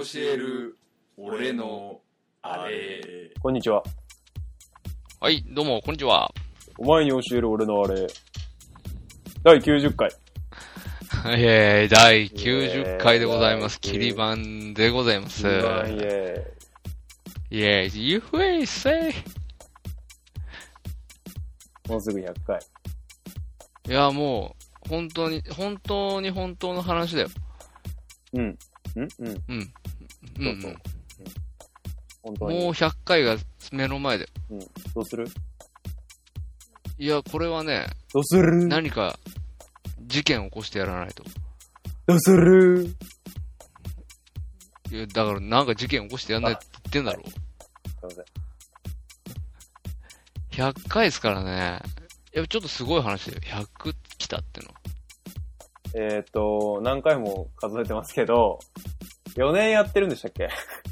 教える俺のあれ。 こんにちは。 はい、どうも、こんにちは。 お前に教える俺のあれ。第90回。 第90回でございます。キリバンでございます。 キリバンイェーイ。イェーイ、USA。 もうすぐ100回。 いや、もう、本当の話だよ。 うん。 そうそう。 本当に。 もう100回が目の前で。 うん。どうする？ いや、これはね、 どうする？ 何か事件を起こしてやらないと。 どうする？ いや、だからなんか事件起こしてやんないって言ってんだろう。 すいません。 100回ですからね。いや、ちょっとすごい話だよ。100来たっての。 何回も数えてますけど、4年やってるんでしたっけ？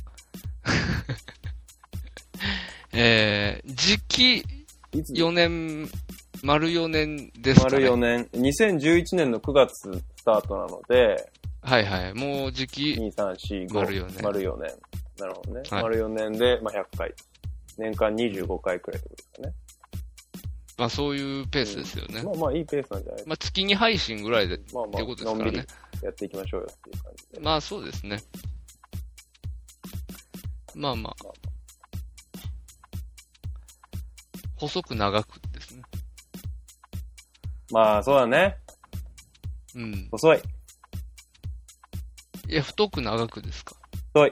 時期4年、丸4年ですかね。 丸4年。2011年の9月スタートなので、 はいはい。もう時期、 2、3、4、5。 丸4年。 丸4年。なるほどね。 はい、 丸4年で、まあ、100回。年間25回くらいってことですかね。 まあそういうペースですよね。 まあまあいいペースなんじゃないですか。 まあ月2配信ぐらいで、 まあまあ、 ってことですからね。 のんびりやっていきましょうよっていう感じで。 まあそうですね。まあまあ。細く長くですね。 まあそうだね。 うん。 細い。 いや、太く長くですか。 細い。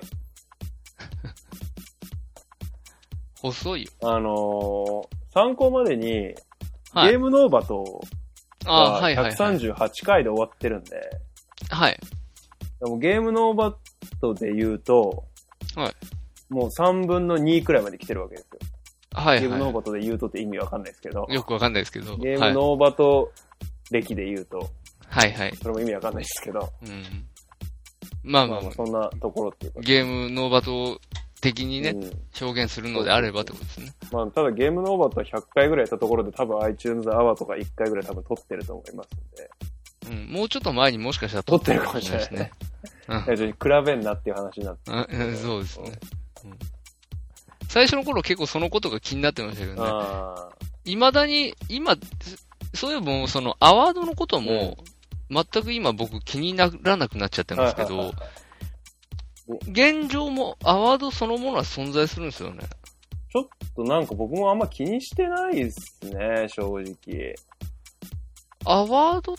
細いよ。 参考までに、 はい、 ゲームノーバトが138回で終わってるんで、 はい。 でもゲームノーバトで言うと、 はい。 もう3分の2くらいまで来てるわけですよ。 はい、はい。 ゲームノーバトで言うとって意味わかんないですけど。 よくわかんないですけど。 ゲームノーバト歴で言うと。 はいはい。 それも意味わかんないですけど。 うん。まあまあ、 そんなところっていうか。 ゲームノーバト的にね、表現するのであればってことですね。 まあ、ただゲームノーバトは100回ぐらいやったところで多分 iTunes アワーとか1回ぐらい多分撮ってると思いますんで。 うん、もうちょっと前にもしかしたら撮ってるかもしれないですね。比べんなっていう話になって。 そうですね、うん。最初の頃結構そのことが気になってましたけどね。未だに、今、そういえばもうそのアワードのことも、全く今僕気にならなくなっちゃってますけど、現状もアワードそのものは存在するんですよね。 ちょっとなんか僕もあんま気にしてないですね、正直。 アワードって、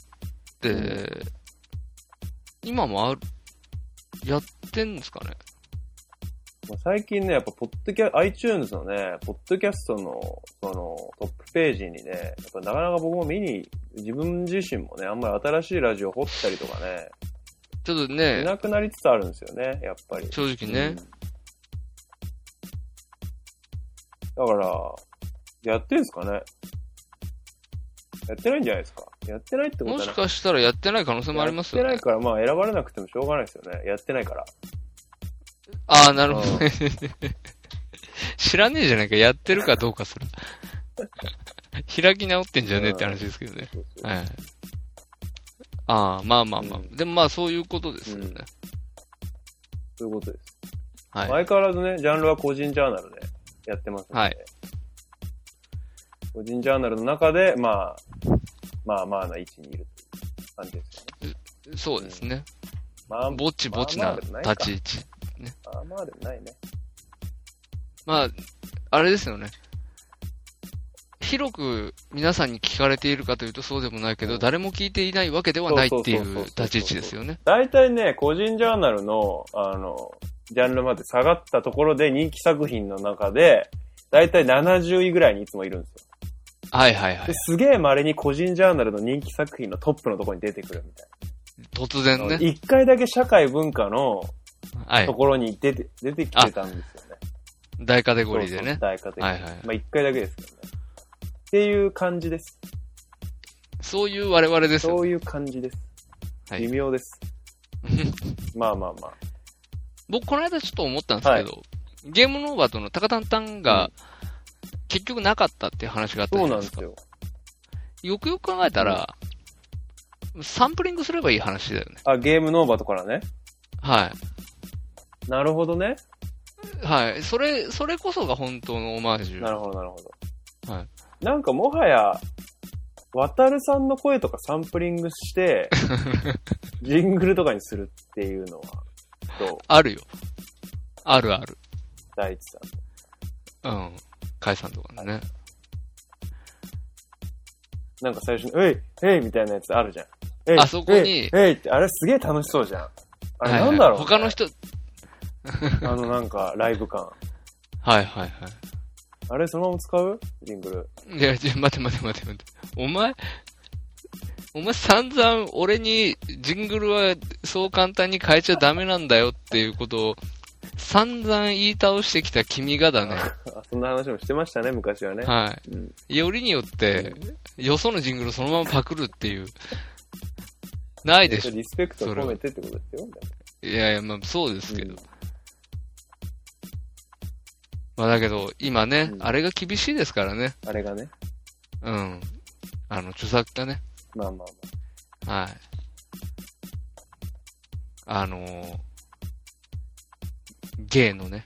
今もやってんですかね。 最近ね、やっぱiTunes のね、ポッドキャストの、その、トップページにね、やっぱなかなか僕も自分自身もね、あんまり新しいラジオ掘ったりとかね、 ちょっとね、 いなくなりつつあるんですよね、やっぱり。 正直ね。 だから、やってんすかね？やってないんじゃないですか？やってないってことはもしかしたらやってない可能性もありますよね。 やってないから、まあ選ばれなくてもしょうがないですよね。やってないから。 ああ、なるほどね。知らねえじゃないか、やってるかどうかすら。開き直ってんじゃねえって話ですけどね。はい。ああ、まあまあまあ。でもまあそういうことですよね。 そういうことです。 はい。 相変わらずね、ジャンルは個人ジャーナルでやってますので。 はい。 個人ジャーナルの中で、まあな位置にいるという感じですよね。 そうですね。 まあ、 ぼちぼちな立ち位置。ね。 まあでもないね。 まあ、あれですよね。広く皆さんに聞かれているかというとそうでもないけど、誰も聞いていないわけではないっていう立ち位置ですよね。 大体ね、個人ジャーナルの、ジャンルまで下がったところで人気作品の中で、大体70位ぐらいにいつもいるんですよ。 はいはいはい。 すげえ稀に個人ジャーナルの人気作品のトップのところに出てくるみたいな。 突然ね。 一回だけ社会文化のところに出てきてたんですよね。 大カテゴリーでね。 そう大カテゴリー。 はいはい。 まあ一回だけですけどね。っていう感じです。 そういう我々ですよ。 そういう感じです。微妙です。まあまあまあ。 僕この間ちょっと思ったんですけど、ゲームノーバトのタカタンタンが結局なかったっていう話があったじゃないですか。そうなんですよ。よくよく考えたら、サンプリングすればいい話だよね。 ゲームノーバトからね。 はい。 なるほどね。 はい。それこそが本当のオマージュ。 なるほど、なるほど。 はい。 なんかもはや、渡るさんの声とかサンプリングして、ジングルとかにするっていうのは、どう？ あるよ。あるある。 大地さん。 うん。カイさんとかね。 なんか最初に、えいみたいなやつあるじゃん。 あそこに、 えいって、あれすげえ楽しそうじゃん。あれなんだろう、ね、 他の人、 なんか、ライブ感。 はいはいはい。 あれそのまま使う？ジングル。 いや、待て。お前散々俺にジングルはそう簡単に変えちゃダメなんだよっていうことを散々言い倒してきた君がだね。 そんな話もしてましたね、昔はね。 はい。よりによって、よそのジングルそのままパクるっていう。ないでしょ。 リスペクトを込めてってことですよ。 いや、まあそうですけど。まあだけど、今ね、あれが厳しいですからね。 あれがね。 うん。著作がね。 まあ。 はい。ゲイのね。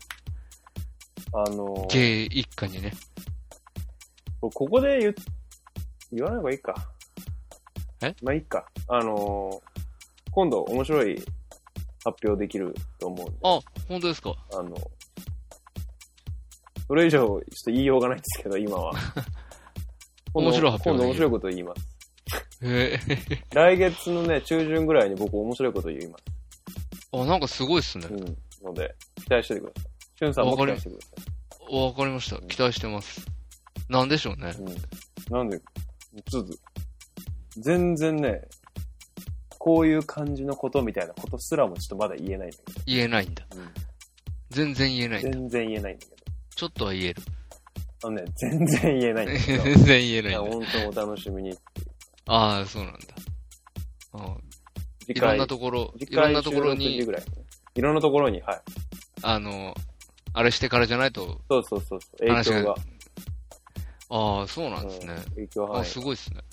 ゲイ一家にね。 ここで言わない方がいいか。まあいいか。今度面白い発表できると思うんで。 あ、本当ですか。 それ以上ちょっと言いようがないんですけど、今は。 面白い発表。 今度面白いことを言います。来月のね、中旬ぐらいに僕面白いことを言います。 あ、なんかすごいっすね。 ので、期待しててください。しゅんさんも期待してください。 わかりました。期待してます。なんでしょうね。 なんで、ちょっと、全然ね、こういう感じのことみたいなことすらもちょっとまだ言えないんだけど。 言えないんだ。全然言えないんだ。 全然言えないんだけど。 ちょっとは言える。 全然言えないんだけど。 全然言えないんだ。 本当お楽しみにっていう。 ああ、そうなんだ。いろんなところに、いろんなところに、はい。あれしてからじゃないと。 そう。影響が。 ああ、そうなんですね。 影響範囲。 すごいですね。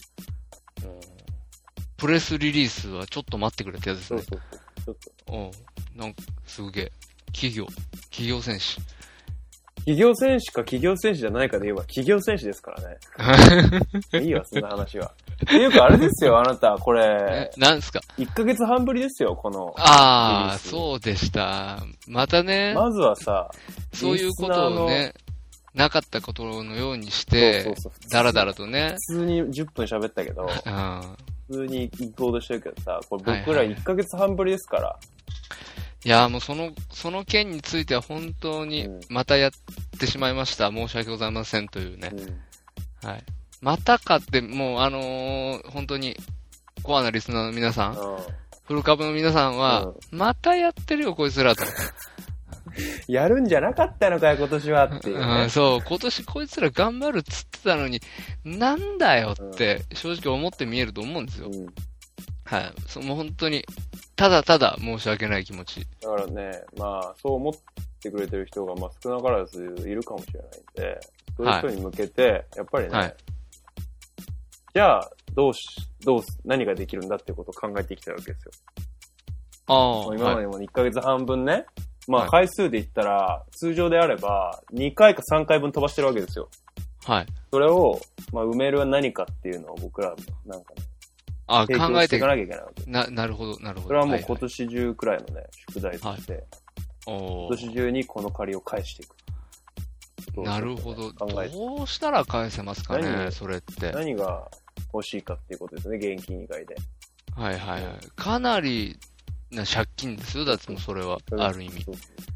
プレスリリースはちょっと待ってくれってやつですね。 そう。ちょっと。なんか、すげえ。企業戦士。 企業戦士か企業戦士じゃないかで言えば企業戦士ですからね。いいわ、そんな話は。っていうかあれですよ、あなた、これ。 何すか ?1 ヶ月半ぶりですよ、この。 ああ、そうでした。またね。 まずはさ、 そういうことをね、なかったことのようにして、だらだらとね。 普通に10分喋ったけど、普通に行こうとしてるけどさ、これ僕ら1ヶ月半ぶりですから。 いやもうその件については本当にまたやってしまいました。申し訳ございませんというね。はい。またかって、もう本当にコアなリスナーの皆さん、フル株の皆さんは、またやってるよこいつらと。 やるんじゃなかったのかよ今年はっていう、ね。 そう、今年こいつら頑張るっつってたのに、なんだよって正直思って見えると思うんですよ。はい。もう本当に、ただただ申し訳ない気持ち。 だからね、まあ、そう思ってくれてる人が、まあ、少なからずいるかもしれないんで、そういう人に向けて、やっぱりね、じゃあ、何ができるんだっていうことを考えていきたいわけですよ。今までも1ヶ月半分ね、まあ、回数で言ったら、通常であれば、2回か3回分飛ばしてるわけですよ。 はい。 それを、まあ、埋めるは何かっていうのを僕ら、なんかね、 考えていかなきゃいけないわけ。 なるほど。 それはもう今年中くらいのね、宿題として、今年中にこの借りを返していく。 なるほど。どうしたら返せますかね、それって。 何が欲しいかっていうことですね、現金以外で。 はい。かなりな借金ですよ、だってもうそれは、ある意味。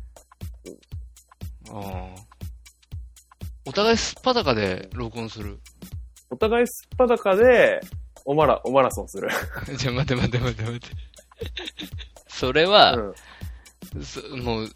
お互いすっぱだかで録音する。 お互いすっぱだかで、おマラソンする。 じゃあ待って。それは、もう、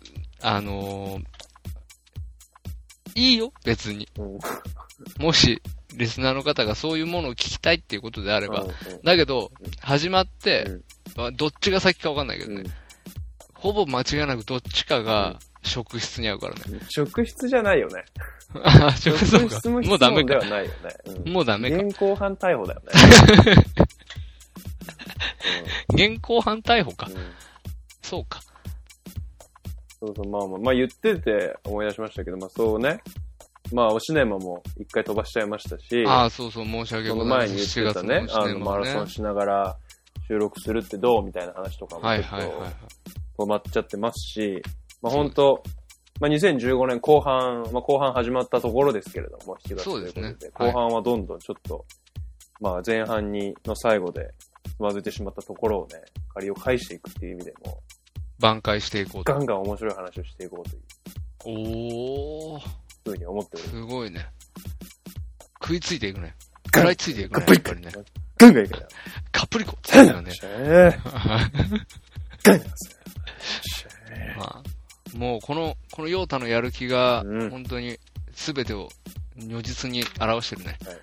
いいよ、別に。もし、リスナーの方がそういうものを聞きたいっていうことであれば。だけど、始まって、どっちが先かわかんないけどね。ほぼ間違いなくどっちかが職質に合うからね。 職質じゃないよね。 職質もうダメか。 ではないよね。 もうダメか。 現行犯逮捕だよね。 現行犯逮捕か。そうか。 そうそう、まあ言ってて思い出しましたけど、まあそうね。まあおシネマも一回飛ばしちゃいましたし。 そうそう、申し訳ございません。 その前に言ってたね、マラソンしながら収録するってどうみたいな話とかもちょっと止まっちゃってますし、まあ本当、まあ2015年後半、まあ後半始まったところですけれども、7月ということで、後半はどんどんちょっと、まあ前半の最後でつまずいてしまったところをね、借りを返していくっていう意味でも、 挽回していこうと。 ガンガン面白い話をしていこうという。ふうに思っております。 すごいね。食いついていくね。食らいついていくね。やっぱりね。 ガンガンいくね。 カプリコって言うよね。もうこのヨータのやる気が、本当に全てを如実に表してるね。はい、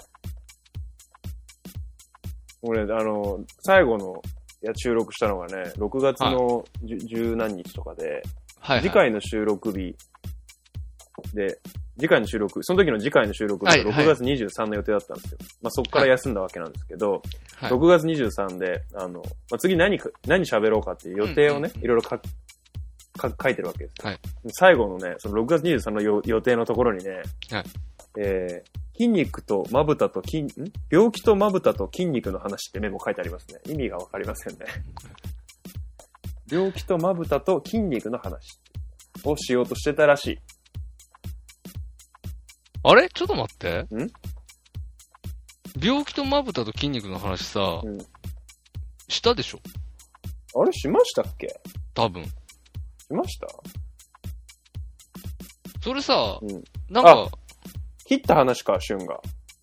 俺、最後の収録したのがね、6月の十何日とかで、次回の収録日で、その時の次回の収録が6月23の予定だったんですよ。まあそこから休んだわけなんですけど、6月23で、まあ、次何喋ろうかっていう予定をね、いろいろ書いてるわけですよ。最後のね、その6月23の予定のところにね、筋肉とまぶたと病気とまぶたと筋肉の話ってメモ書いてありますね。意味がわかりませんね。病気とまぶたと筋肉の話をしようとしてたらしい。 あれちょっと待って。病気とまぶたと筋肉の話さ、したでしょ？ あれしましたっけ？ 多分。 しました？ それさ、なんか、 切った話か、シュンが。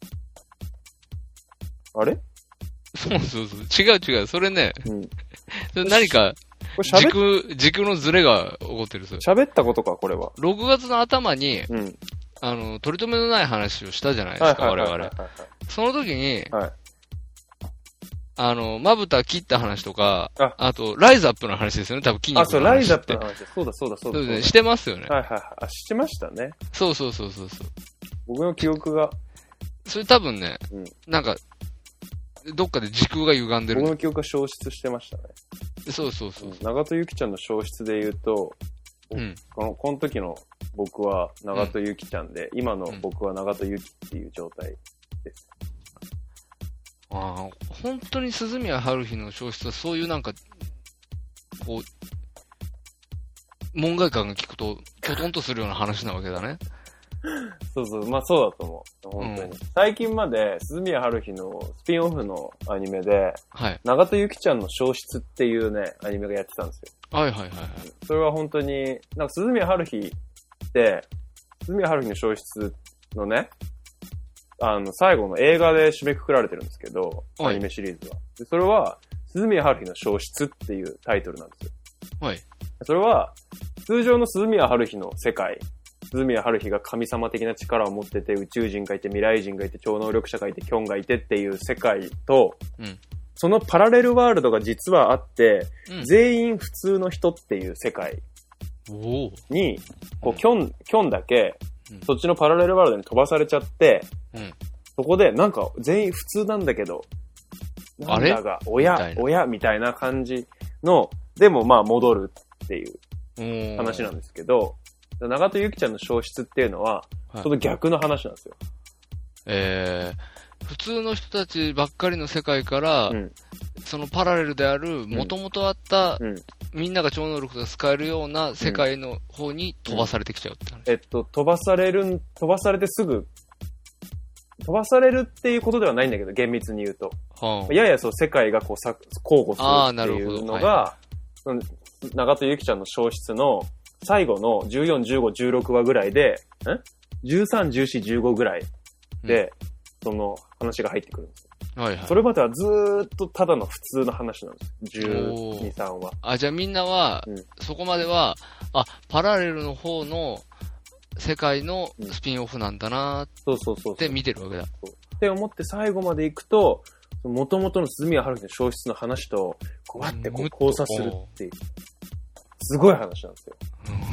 あれ？ そう。違う。それね、それ何か、軸のズレが起こってる。 喋ったことか、これは。 6月の頭に、取り留めのない話をしたじゃないですか、我々。その時に、まぶた切った話とか、あと、ライズアップの話ですよね、多分筋肉の話って。 そう、ライズアップの話。そうだ。 してますよね。 してましたね。 そう。 僕の記憶が。 それ多分ね、なんか、どっかで時空が歪んでる。 僕の記憶が消失してましたね。 そう。 長戸ゆきちゃんの消失で言うと、この時の僕は長戸ゆきちゃんで、今の僕は長戸ゆきっていう状態です。 本当に鈴宮春日の消失はそういうなんか、こう、門外漢が聞くと、きょとんとするような話なわけだね。 そう、まあそうだと思う。本当に。最近まで、鈴宮春日のスピンオフのアニメで、長戸ゆきちゃんの消失っていうね、アニメがやってたんですよ。それは本当に、なんか鈴宮春日って、鈴宮春日の消失のね、最後の映画で締めくくられてるんですけど、アニメシリーズは。でそれは、鈴宮春日の消失っていうタイトルなんですよ。それは、通常の鈴宮春日の世界、鈴宮春日が神様的な力を持ってて、宇宙人がいて、未来人がいて、超能力者がいて、キョンがいてっていう世界と、そのパラレルワールドが実はあって、全員普通の人っていう世界に、こう、キョンだけ、そっちのパラレルワールドに飛ばされちゃって、そこでなんか全員普通なんだけど、なんだが、親みたいな感じの、でもまあ戻るっていう話なんですけど、長戸ゆきちゃんの消失っていうのは、ちょっと逆の話なんですよ。 普通の人たちばっかりの世界から、そのパラレルである、元々あった、みんなが超能力が使えるような世界の方に飛ばされてきちゃうって話。 飛ばされてすぐ、飛ばされるっていうことではないんだけど、厳密に言うと。ややそう世界がこう交互するっていうのが、長戸ゆきちゃんの消失の最後の14、15、16話ぐらいで、13、14、15ぐらいで、その話が入ってくるんですよ。それまではずーっとただの普通の話なんですよ。12、3話。 じゃあみんなは、そこまでは、パラレルの方の世界のスピンオフなんだなーって見てるわけだ。 って思って最後まで行くと、元々の鈴宮春日の消失の話と、こうやってこう交差するっていう。すごい話なんですよ。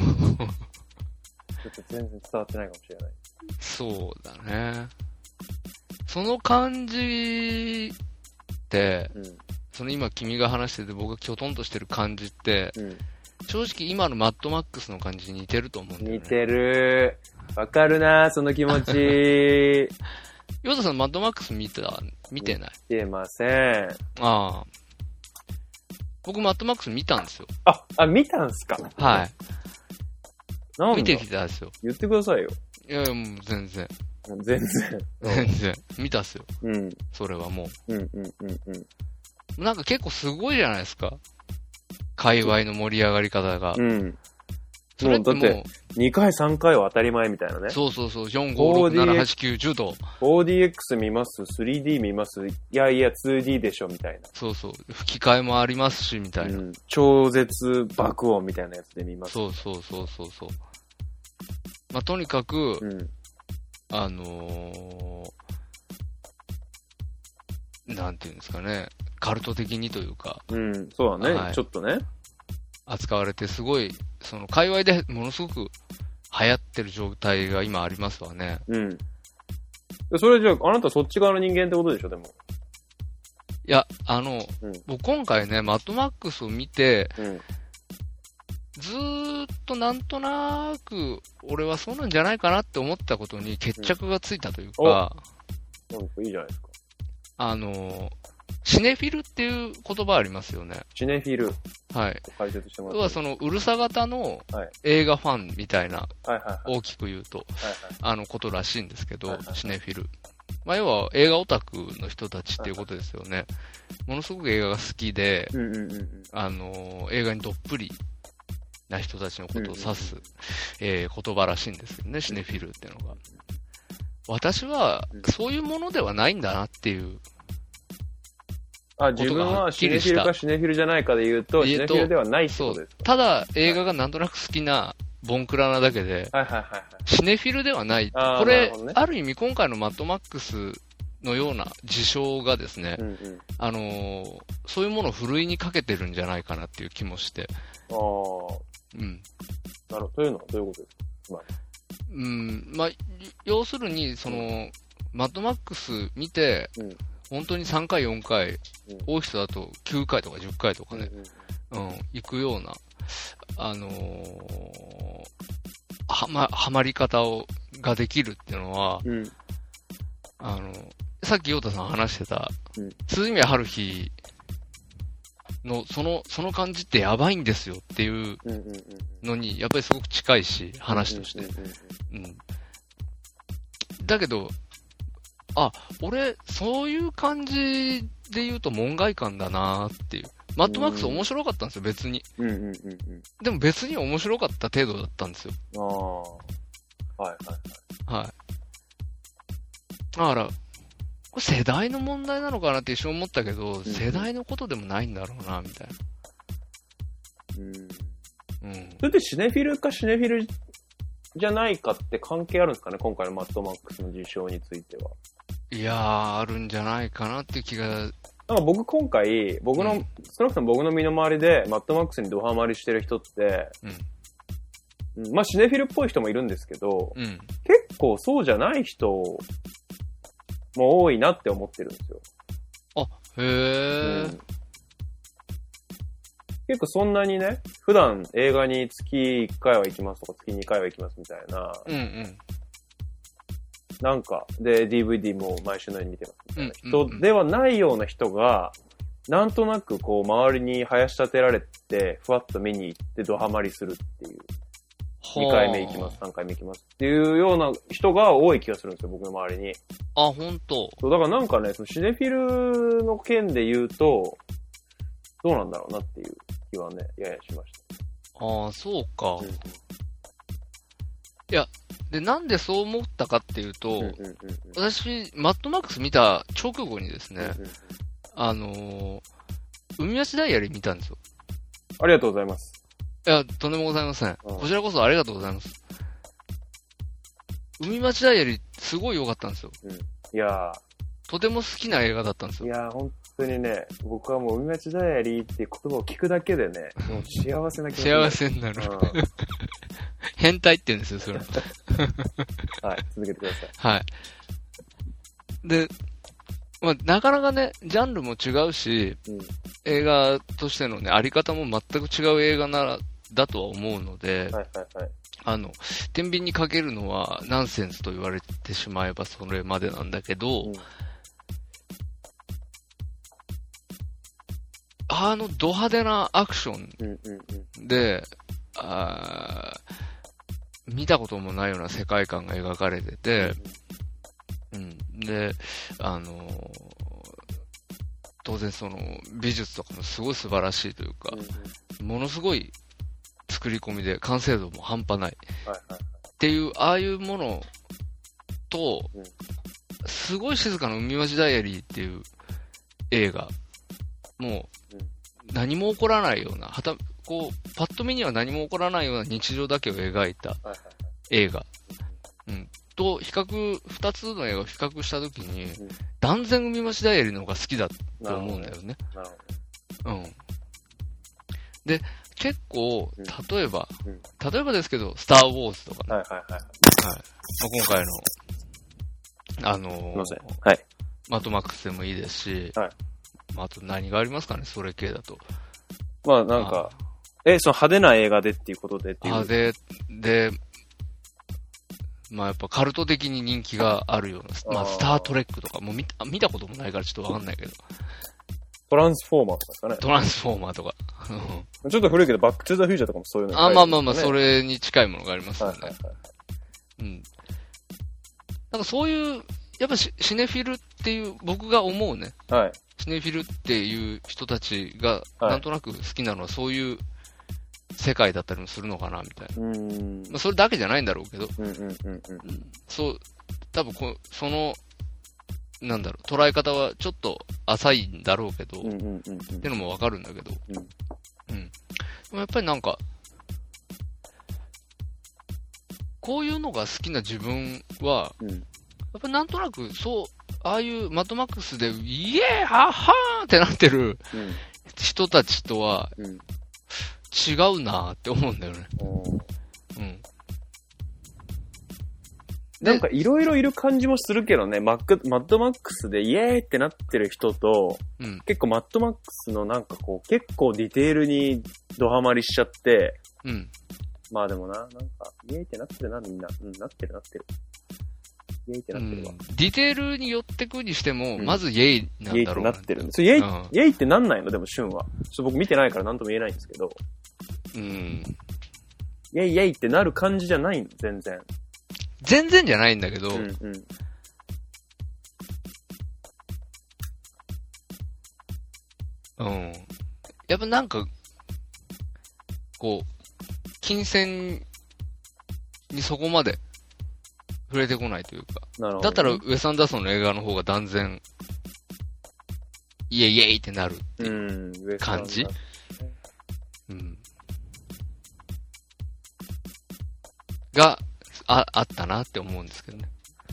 ちょっと全然伝わってないかもしれない。 そうだね。その感じって、その今君が話してて僕がきょとんとしてる感じって、 正直今のマッドマックスの感じに似てると思うんだよね。 似てる。わかるな、その気持ち。 ヨタさんマッドマックス見てない？ 見てません。 ああ。僕マッドマックス見たんですよ。 見たんすか？ はい。 なんだ見てきたんですよ。 言ってくださいよ。 いや、もう全然。 全然。見たっすよ。 うん。 それはもう。 うん。 なんか結構すごいじゃないですか。界隈の盛り上がり方が。 うん。 それってもう、 だって、2回3回は当たり前みたいなね。 そう。4、5、6、7、8、9、10と。 4DX 見ます ?3D 見ますいや、2D でしょみたいな。 そう。吹き替えもありますし、みたいな。 超絶爆音みたいなやつで見ます。 そう。まあ、とにかく、なんていうんですかね。カルト的にというか。 そうだね、 はい、 ちょっとね。 扱われてすごい、その界隈でものすごく流行ってる状態が今ありますわね。 それじゃあ、あなたそっち側の人間ってことでしょ、でも。 いや、僕今回ね、マッドマックスを見て、ずーっとなんとなく、俺はそうなんじゃないかなって思ったことに決着がついたというか、 なんかいいじゃないですか。 シネフィルっていう言葉ありますよね。 シネフィル。 はい。 解説してもらって。 要はその、うるさ型の映画ファンみたいな、大きく言うと、ことらしいんですけど、シネフィル。まあ、要は映画オタクの人たちっていうことですよね。ものすごく映画が好きで、映画にどっぷりな人たちのことを指す、言葉らしいんですよね、シネフィルっていうのが。私は、そういうものではないんだなっていう。 自分はシネフィルかシネフィルじゃないかで言うと、シネフィルではないってことですか？ ただ、映画がなんとなく好きな、ボンクラなだけで、シネフィルではない。これ、ある意味今回のマッドマックスのような事象がですね、そういうものをふるいにかけてるんじゃないかなっていう気もして。 なるほど。というのはどういうことですか？ まあ、要するに、その、マッドマックス見て、本当に3回、4回、多い人だと9回とか10回とかね、行くような、はまり方ができるっていうのは、さっき陽太さん話してた、鈴宮春日の、その感じってやばいんですよっていうのに、やっぱりすごく近いし、話として。だけど、俺、そういう感じで言うと門外漢だなーっていう。マッドマックス面白かったんですよ、別に。でも別に面白かった程度だったんですよ。 はい。 だから、これ世代の問題なのかなって一瞬思ったけど、世代のことでもないんだろうな、みたいな。 それってシネフィルかシネフィルじゃないかって関係あるんですかね、今回のマッドマックスの事象については。 いやー、あるんじゃないかなっていう気が。 なんか僕今回、少なくとも僕の身の回りでマッドマックスにドハマりしてる人って、まあシネフィルっぽい人もいるんですけど、結構そうじゃない人も多いなって思ってるんですよ。 へー。 結構そんなにね、普段映画に月1回は行きますとか月2回は行きますみたいな、なんか、で、DVD も毎週のように見てますみたいな人ではないような人が、なんとなくこう周りに林立てられて、ふわっと見に行ってドハマりするっていう。2回目行きます、3回目行きますっていうような人が多い気がするんですよ、僕の周りに。 ほんと。 そう、だからなんかね、そのシネフィルの件で言うと、どうなんだろうなっていう気はね、ややしました。 そうか。いや、で、なんでそう思ったかっていうと、私、マッドマックス見た直後にですね、海町ダイアリー見たんですよ。 ありがとうございます。 いや、とんでもございません。こちらこそありがとうございます。海町ダイアリー、すごい良かったんですよ。 いやとても好きな映画だったんですよ。 いや本当にね、僕はもう海町ダイアリーっていう言葉を聞くだけでね、もう幸せな気持ち。 幸せになる。変態って言うんですよ、それ。 はい、続けてください。 はい。で、まあ、なかなかね、ジャンルも違うし、映画としてのね、あり方も全く違う映画だとは思うので、 はいはいはい。 天秤にかけるのはナンセンスと言われてしまえばそれまでなんだけど、ド派手なアクションで、見たこともないような世界観が描かれてて、で、当然その美術とかもすごい素晴らしいというか、ものすごい作り込みで完成度も半端ない。っていう、ああいうものと、すごい静かな海町ダイアリーっていう映画、もう何も起こらないような、こう、パッと見には何も起こらないような日常だけを描いた映画。と、二つの映画を比較したときに、断然海町ダイアリーの方が好きだと思うんだよね。で、結構、例えばですけど、スター・ウォーズとか、今回の、マッドマックスでもいいですし、あと何がありますかね、それ系だと。 まあなんか、その派手な映画でっていうことでっていう。 派手で、まあやっぱカルト的に人気があるような、まあスタートレックとか、もう見たこともないからちょっとわかんないけど。 トランスフォーマーとかですかね。 トランスフォーマーとか。 ちょっと古いけど、バックトゥザフューチャーとかもそういうの、 ね。まあ、それに近いものがありますよね。なんかそういう、やっぱシネフィルっていう、僕が思うね。シネフィルっていう人たちが、なんとなく好きなのはそういう世界だったりもするのかな、みたいな。まあそれだけじゃないんだろうけど。そう、多分その、なんだろう、捉え方はちょっと浅いんだろうけど、っていうのもわかるんだけど、でもやっぱりなんか、こういうのが好きな自分は、やっぱなんとなく、そう、ああいうマッドマックスで、イエーハッハーってなってる人たちとは、違うなーって思うんだよね。 なんかいろいろいる感じもするけどね、マッドマックスでイエーイってなってる人と、結構マッドマックスのなんかこう、結構ディテールにドハマりしちゃって、まあでもなんか、イエーイってなってるな、みんな。なってる。イエーイってなってるわ。 ディテールに寄ってくにしても、まずイエーイなんだろうな。イエーイってなってるんです。イエーイってなんないのでも、シュンは。僕見てないからなんとも言えないんですけど。イエーイイエーイってなる感じじゃないの、全然。 全然じゃないんだけど、やっぱなんか、こう、金銭にそこまで触れてこないというか。だったらウェス・アンダーソンの映画の方が断然、イエイイエイってなるっていう感じ。が、あったなって思うんですけどね。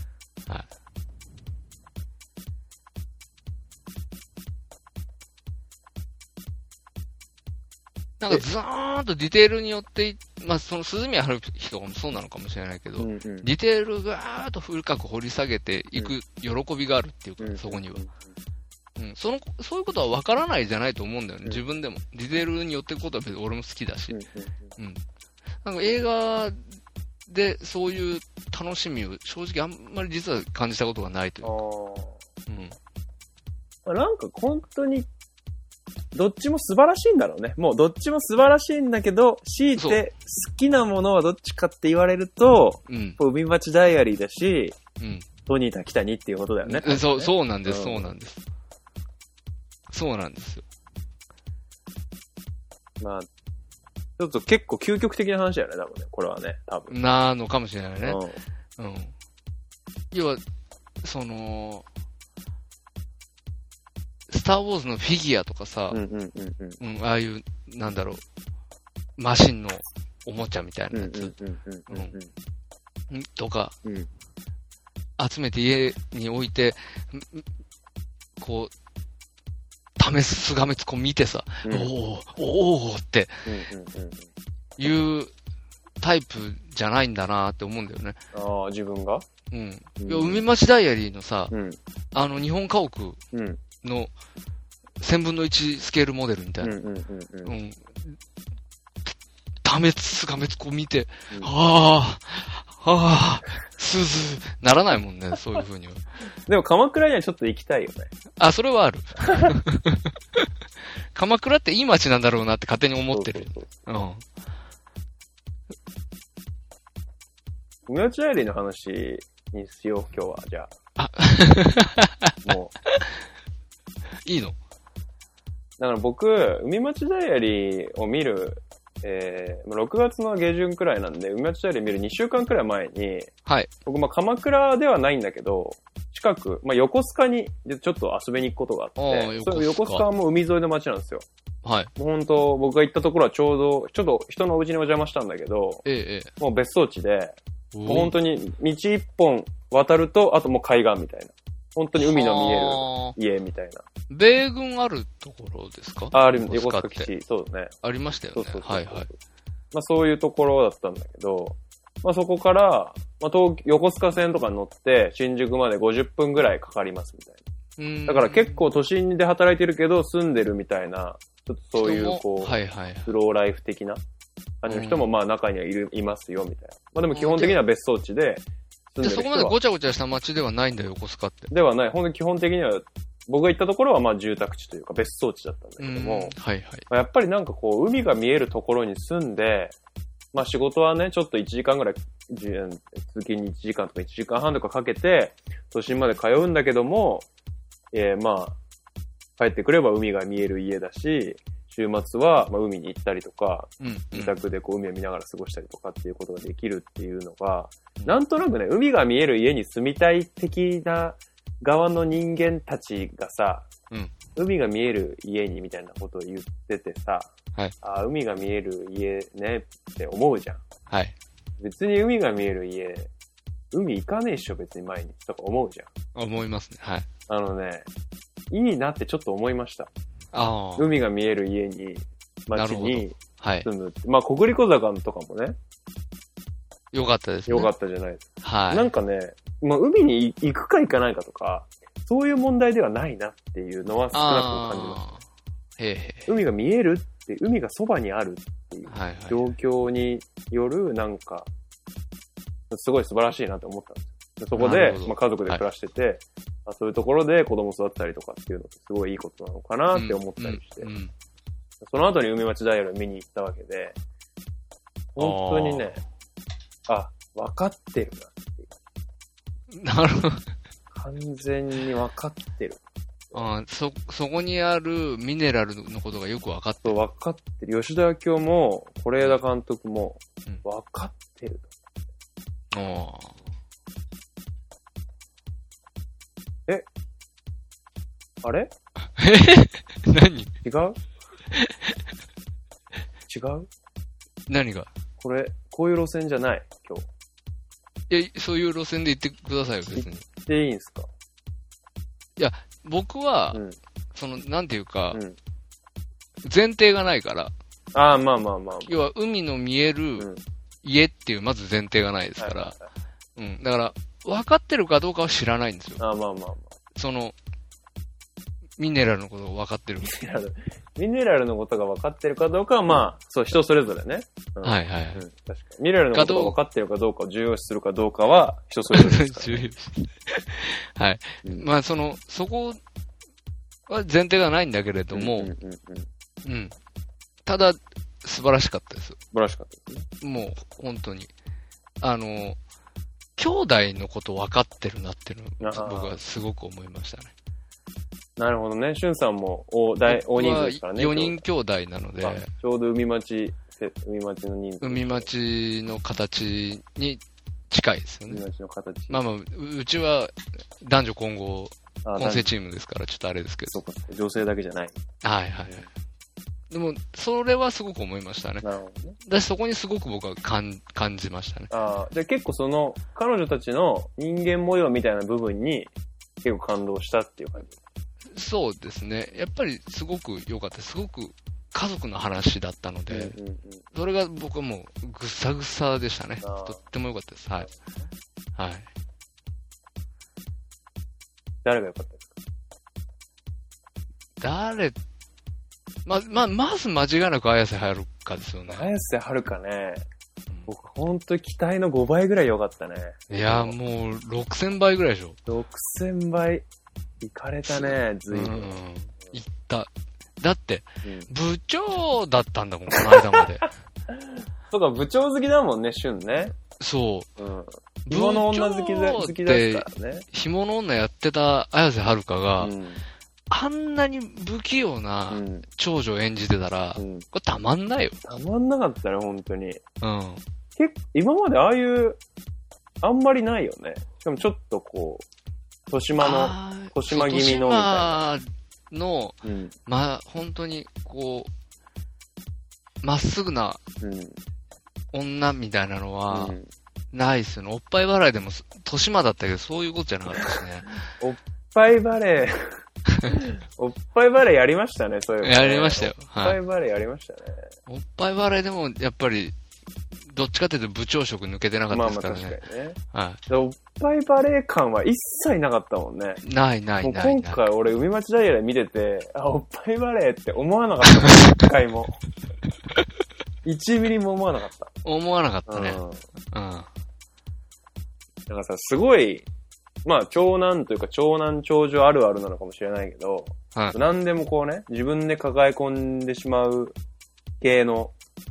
なんかずーんとディテールによって、まあその鈴宮春日とかもそうなのかもしれないけど、ディテールがーっと深く掘り下げていく喜びがあるっていうか、そこには。そういうことは分からないじゃないと思うんだよね、自分でも。ディテールによっていくことは別に俺も好きだし。なんか映画でそういう楽しみを正直あんまり実は感じたことがないというか。 なんか本当にどっちも素晴らしいんだろうね。もうどっちも素晴らしいんだけど、強いて好きなものはどっちかって言われると、海町ダイアリーだし、トニータ北にっていうことだよね。 そうなんです、そうなんです。そうなんですよ。 まあ、ちょっと結構究極的な話だよね、多分ね。これはね、多分。 なのかもしれないね。要は、その、スターウォーズのフィギュアとかさ、ああいう、なんだろう、マシンのおもちゃみたいなやつ。とか、集めて家に置いて、こう、すがめつこう見てさ、おーって、いうタイプじゃないんだなって思うんだよね。 自分が海町ダイアリーのさ、日本家屋の1000分の1スケールモデルみたいな。 がめつこう見て、スーズー、ならないもんね、そういう風には。 でも鎌倉にはちょっと行きたいよね。 あ、それはある。鎌倉っていい街なんだろうなって勝手に思ってる。うん。 梅内ダイアリーの話にしよう、今日は、じゃあ。もう。いいの？ だから僕、海町ダイアリーを見る、6月の下旬くらいなんで、海町ダイアリー見る2週間くらい前に、 はい。 僕、鎌倉ではないんだけど、近く、横須賀にちょっと遊びに行くことがあって、それ横須賀も海沿いの町なんですよ。 はい。 もう本当、僕が行ったところはちょうど、ちょっと人のお家にお邪魔したんだけど、もう別荘地で、もう本当に道一本渡ると、あともう海岸みたいな。本当に海の見える家みたいな。 米軍あるところですか？ ある、横須賀基地。そうだね。 ありましたよね。 そう。 はいはい。 まあそういうところだったんだけど、まあそこから、まあ横須賀線とかに乗って、新宿まで50分ぐらいかかりますみたいな。だから結構都心で働いてるけど、住んでるみたいな、ちょっとそういうこう、スローライフ的な感じの人もまあ中にはいますよみたいな。まあでも基本的には別荘地で、 そこまでごちゃごちゃした街ではないんだよ、横須賀って。 ではない。本当に基本的には、僕が行ったところはまあ住宅地というか別荘地だったんだけども、 はいはい。 やっぱりなんかこう、海が見えるところに住んで、まあ仕事はね、ちょっと1時間ぐらい、通勤に1時間とか1時間半とかかけて、都心まで通うんだけども、まあ、帰ってくれば海が見える家だし、週末はまあ海に行ったりとか、自宅でこう海を見ながら過ごしたりとかっていうことができるっていうのが、なんとなくね、海が見える家に住みたい的な側の人間たちがさ、海が見える家にみたいなことを言っててさ、あ、海が見える家ねって思うじゃん。 はい。 別に海が見える家、海行かねえっしょ別に毎日とか思うじゃん。 思いますね。はい。 いいなってちょっと思いました。海が見える家に、街に住むって。まあ、国立小坂とかもね。 よかったですね。 よかったじゃないですか。 はい。 なんかね、まあ、海に行くか行かないかとか、そういう問題ではないなっていうのは少なくとも感じました。海が見えるって、海がそばにあるっていう状況による、なんか、すごい素晴らしいなって思ったんですよ。そこで、まあ、家族で暮らしてて、そういうところで子供育てたりとかっていうのってすごいいいことなのかなって思ったりして、その後に海町ダイヤルを見に行ったわけで、本当にね、分かってるなっていう。 なるほど。 完全に分かってる。 そこにあるミネラルのことがよく分かってる。 そう、分かってる。吉田明夫も、是枝監督も、分かってると。あれ何？ 違う何が？ こういう路線じゃない、今日。いや、そういう路線で行ってくださいよ、別に。 行っていいんすか？ いや、僕は、なんていうか、前提がないから。 まあ。 要は、海の見える家っていう、まず前提がないですから。だから、分かってるかどうかは知らないんですよ。ミネラルのことが分かってる。 ミネラルのことが分かってるかどうかは、まあ、そう、人それぞれね。 はいはい。 確かに。ミネラルのことが分かってるかどうかを重要視するかどうかは、人それぞれですからね。 はい。まあ、そこは前提がないんだけれども、ただ、素晴らしかったです。 素晴らしかったですね。 もう、本当に。兄弟のこと分かってるなっていうのを僕はすごく思いましたね。 なるほどね。しゅんさんも大人数ですからね。 4人兄弟なので。 ちょうど海町の人数。 海町の形に近いですよね。 海町の形。 まあまあ、うちは男女混合、混成チームですからちょっとあれですけど。 そうか、女性だけじゃない。 はいはい。でも、それはすごく思いましたね。 なるほどね。 だしそこにすごく僕は感じましたね。 じゃあ結構彼女たちの人間模様みたいな部分に結構感動したっていう感じ。 そうですね。やっぱりすごく良かった。すごく家族の話だったので、それが僕はもうぐさぐさでしたね。とっても良かったです。はい。はい。 誰が良かったですか？ まず間違いなく綾瀬はるかですよね。 綾瀬はるかね、僕ほんと期待の5倍ぐらい良かったね。 いや、もう6000倍ぐらいでしょ。 6000倍。いかれたね、随分。 いった。だって、部長だったんだもん、この間まで。 そうか、部長好きだもんね、俊ね。 そう。 ひもの女好きだからね。 ひもの女やってた綾瀬はるかが、あんなに不器用な長女を演じてたら、これたまんないよ。 たまんなかったね、本当に。今までああいう、あんまりないよね。しかもちょっとこう、豊島気味のみたいな。 の、まあ、本当に、こう、まっすぐな、女みたいなのは、ないっすよね。おっぱい払いでも、豊島だったけど、そういうことじゃなかったしね。 おっぱいバレー、おっぱいバレーやりましたね、そういうの、ね。 やりましたよ。 おっぱいバレーやりましたね。 おっぱいバレーでも、やっぱり、どっちかというと部長職抜けてなかったですからね。 まあ確かにね。 はい。 おっぱいバレー感は一切なかったもんね。 ない。 もう今回俺、海町ダイヤで見てて、おっぱいバレーって思わなかったもん、一回も。1ミリも思わなかった。 思わなかったね。 なんかさ、すごい、まあ、長男というか長男長女あるあるなのかもしれないけど、何でもこうね、自分で抱え込んでしまう系の、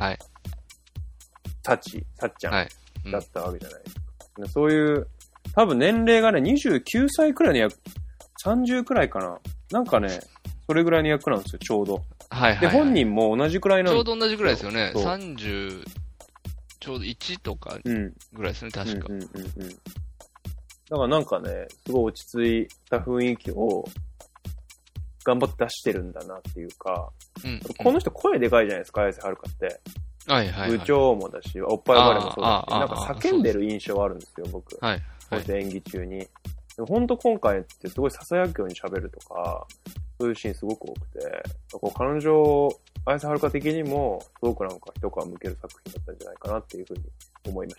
さっちゃんだったわけじゃないですか。そういう、多分年齢がね、29歳くらいの役、30くらいかな。なんかね、それぐらいの役なんですよ、ちょうど。で、本人も同じくらいなんですよ。 ちょうど同じくらいですよね。30、ちょうど1とかぐらいですね、確か。だからなんかね、すごい落ち着いた雰囲気を頑張って出してるんだなっていうか、この人声でかいじゃないですか、綾瀬はるかって。部長もだし、おっぱいバレーもそうだし、なんか叫んでる印象あるんですよ、僕。こうやって演技中に。でも本当今回ってすごい囁くように喋るとか、そういうシーンすごく多くて、こう彼女、綾瀬はるか的にも、すごくなんか一皮向ける作品だったんじゃないかなっていうふうに思いました。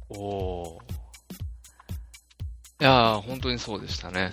いやー、本当にそうでしたね。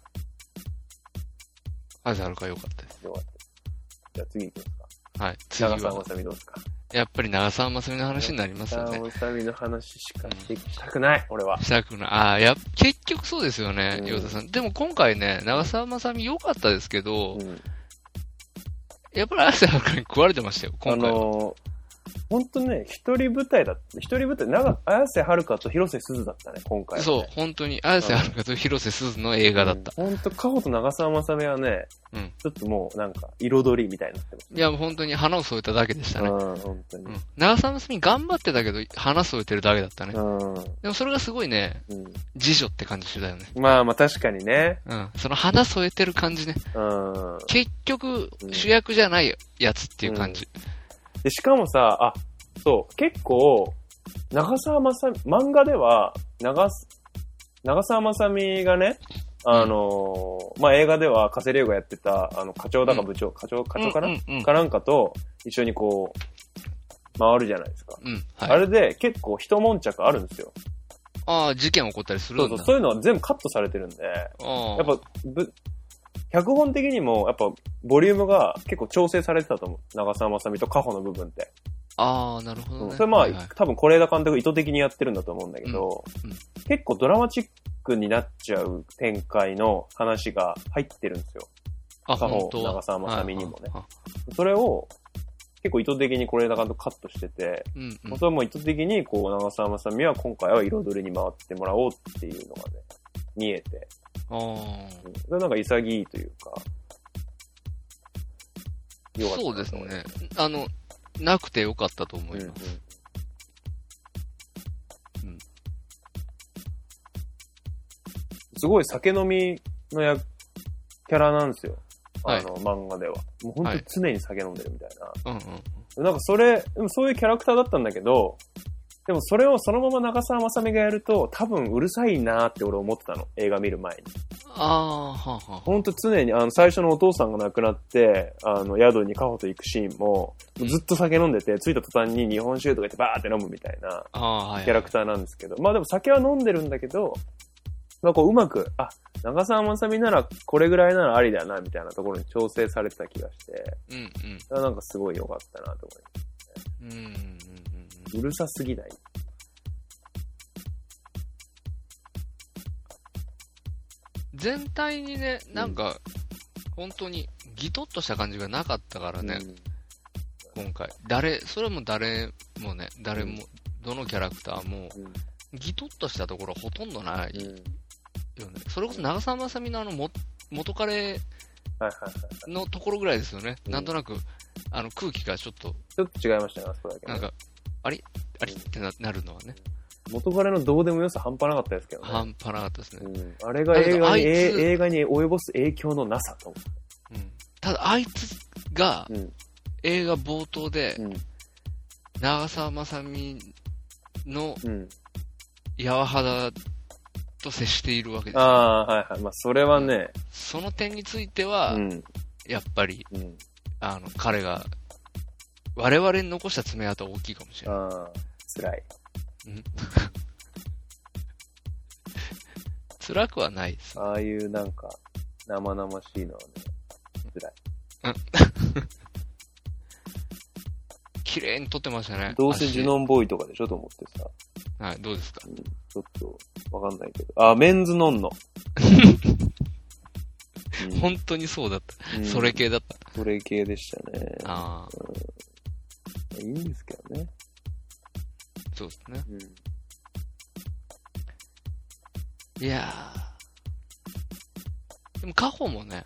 綾瀬はるか良かったです。 良かったです。じゃあ次行きますか。 はい。 長澤まさみどうですか？ やっぱり長澤まさみの話になりますよね。 長澤まさみの話しかしたくない、俺は。 したくない。結局そうですよね、ヨタさん。でも今回ね、長澤まさみ良かったですけど、やっぱり綾瀬はるかに食われてましたよ、今回は。 ほんとね、一人舞台、綾瀬はるかと広瀬すずだったね、今回は、ね。 そう、本当に、綾瀬はるかと広瀬すずの映画だった。 ほんと、カホと長澤まさみはね、ちょっともうなんか、彩りみたいになってます、 ね。いや、本当に花を添えただけでしたね。 本当に。 長澤まさみ頑張ってたけど、花添えてるだけだったね。でもそれがすごいね、次女って感じしてたよね。 まあ確かにね。 その花添えてる感じね。結局、主役じゃないやつっていう感じ。 で、しかもさ、結構、漫画では、長澤まさみがね、まあ、映画では、加瀬亮がやってた、課長だか部長、課長かな、かなんかと、一緒にこう、回るじゃないですか。あれで、結構一悶着あるんですよ。 事件起こったりするんだ。 そういうのは全部カットされてるんで、やっぱ、脚本的にも、やっぱ、ボリュームが結構調整されてたと思う。長澤まさみとカホの部分って。 なるほどね。 それまあ、多分是枝監督意図的にやってるんだと思うんだけど、結構ドラマチックになっちゃう展開の話が入ってるんですよ。カホ、長澤まさみにもね。それを、結構意図的に是枝監督カットしてて、それも意図的に、こう、長澤まさみは今回は彩りに回ってもらおうっていうのがね、見えて。それなんか潔いというか、 そうですね。なくてよかったと思います。 すごい酒飲みのキャラなんですよ。漫画では。もう本当に常に酒飲んでるみたいな。なんかそういうキャラクターだったんだけど、でもそれをそのまま長澤まさみがやると多分うるさいなーって俺思ってたの。映画見る前に。ほんと常に最初のお父さんが亡くなって宿にカホと行くシーンもずっと酒飲んでて、着いた途端に日本酒とか言ってバーって飲むみたいなキャラクターなんですけど、まあでも酒は飲んでるんだけど、まあこううまく長澤まさみならこれぐらいならありだなみたいなところに調整されてた気がして、なんかすごい良かったなと思います。 うるさすぎない？ 全体にね、なんか、本当にギトッとした感じがなかったからね、今回。それも誰もね、どのキャラクターも、ギトッとしたところほとんどないよね。それこそ長澤まさみの元彼のところぐらいですよね。なんとなく、空気がちょっと違いましたね、あそこだけ、ね。 なんか、ありってなるのはね。 元彼のどうでもよさ半端なかったですけどね。 半端なかったですね。 あれが映画に及ぼす影響のなさと。 ただ、あいつが、映画冒頭で、長澤まさみの、柔肌と接しているわけですよ。 はいはい。まあ、それはね。 その点については、やっぱり、彼が、我々に残した爪痕は大きいかもしれない。 辛い。 辛くはないです、 ああいうなんか、生々しいのはね、辛い。 綺麗に撮ってましたね。 どうせジュノンボーイとかでしょと思ってさ。 はい、どうですか？ ちょっと、わかんないけど。メンズノンノ。 本当にそうだった。それ系だった。 それ系でしたね。いいんですけどね。 そうですね。いやー。でも、カホもね、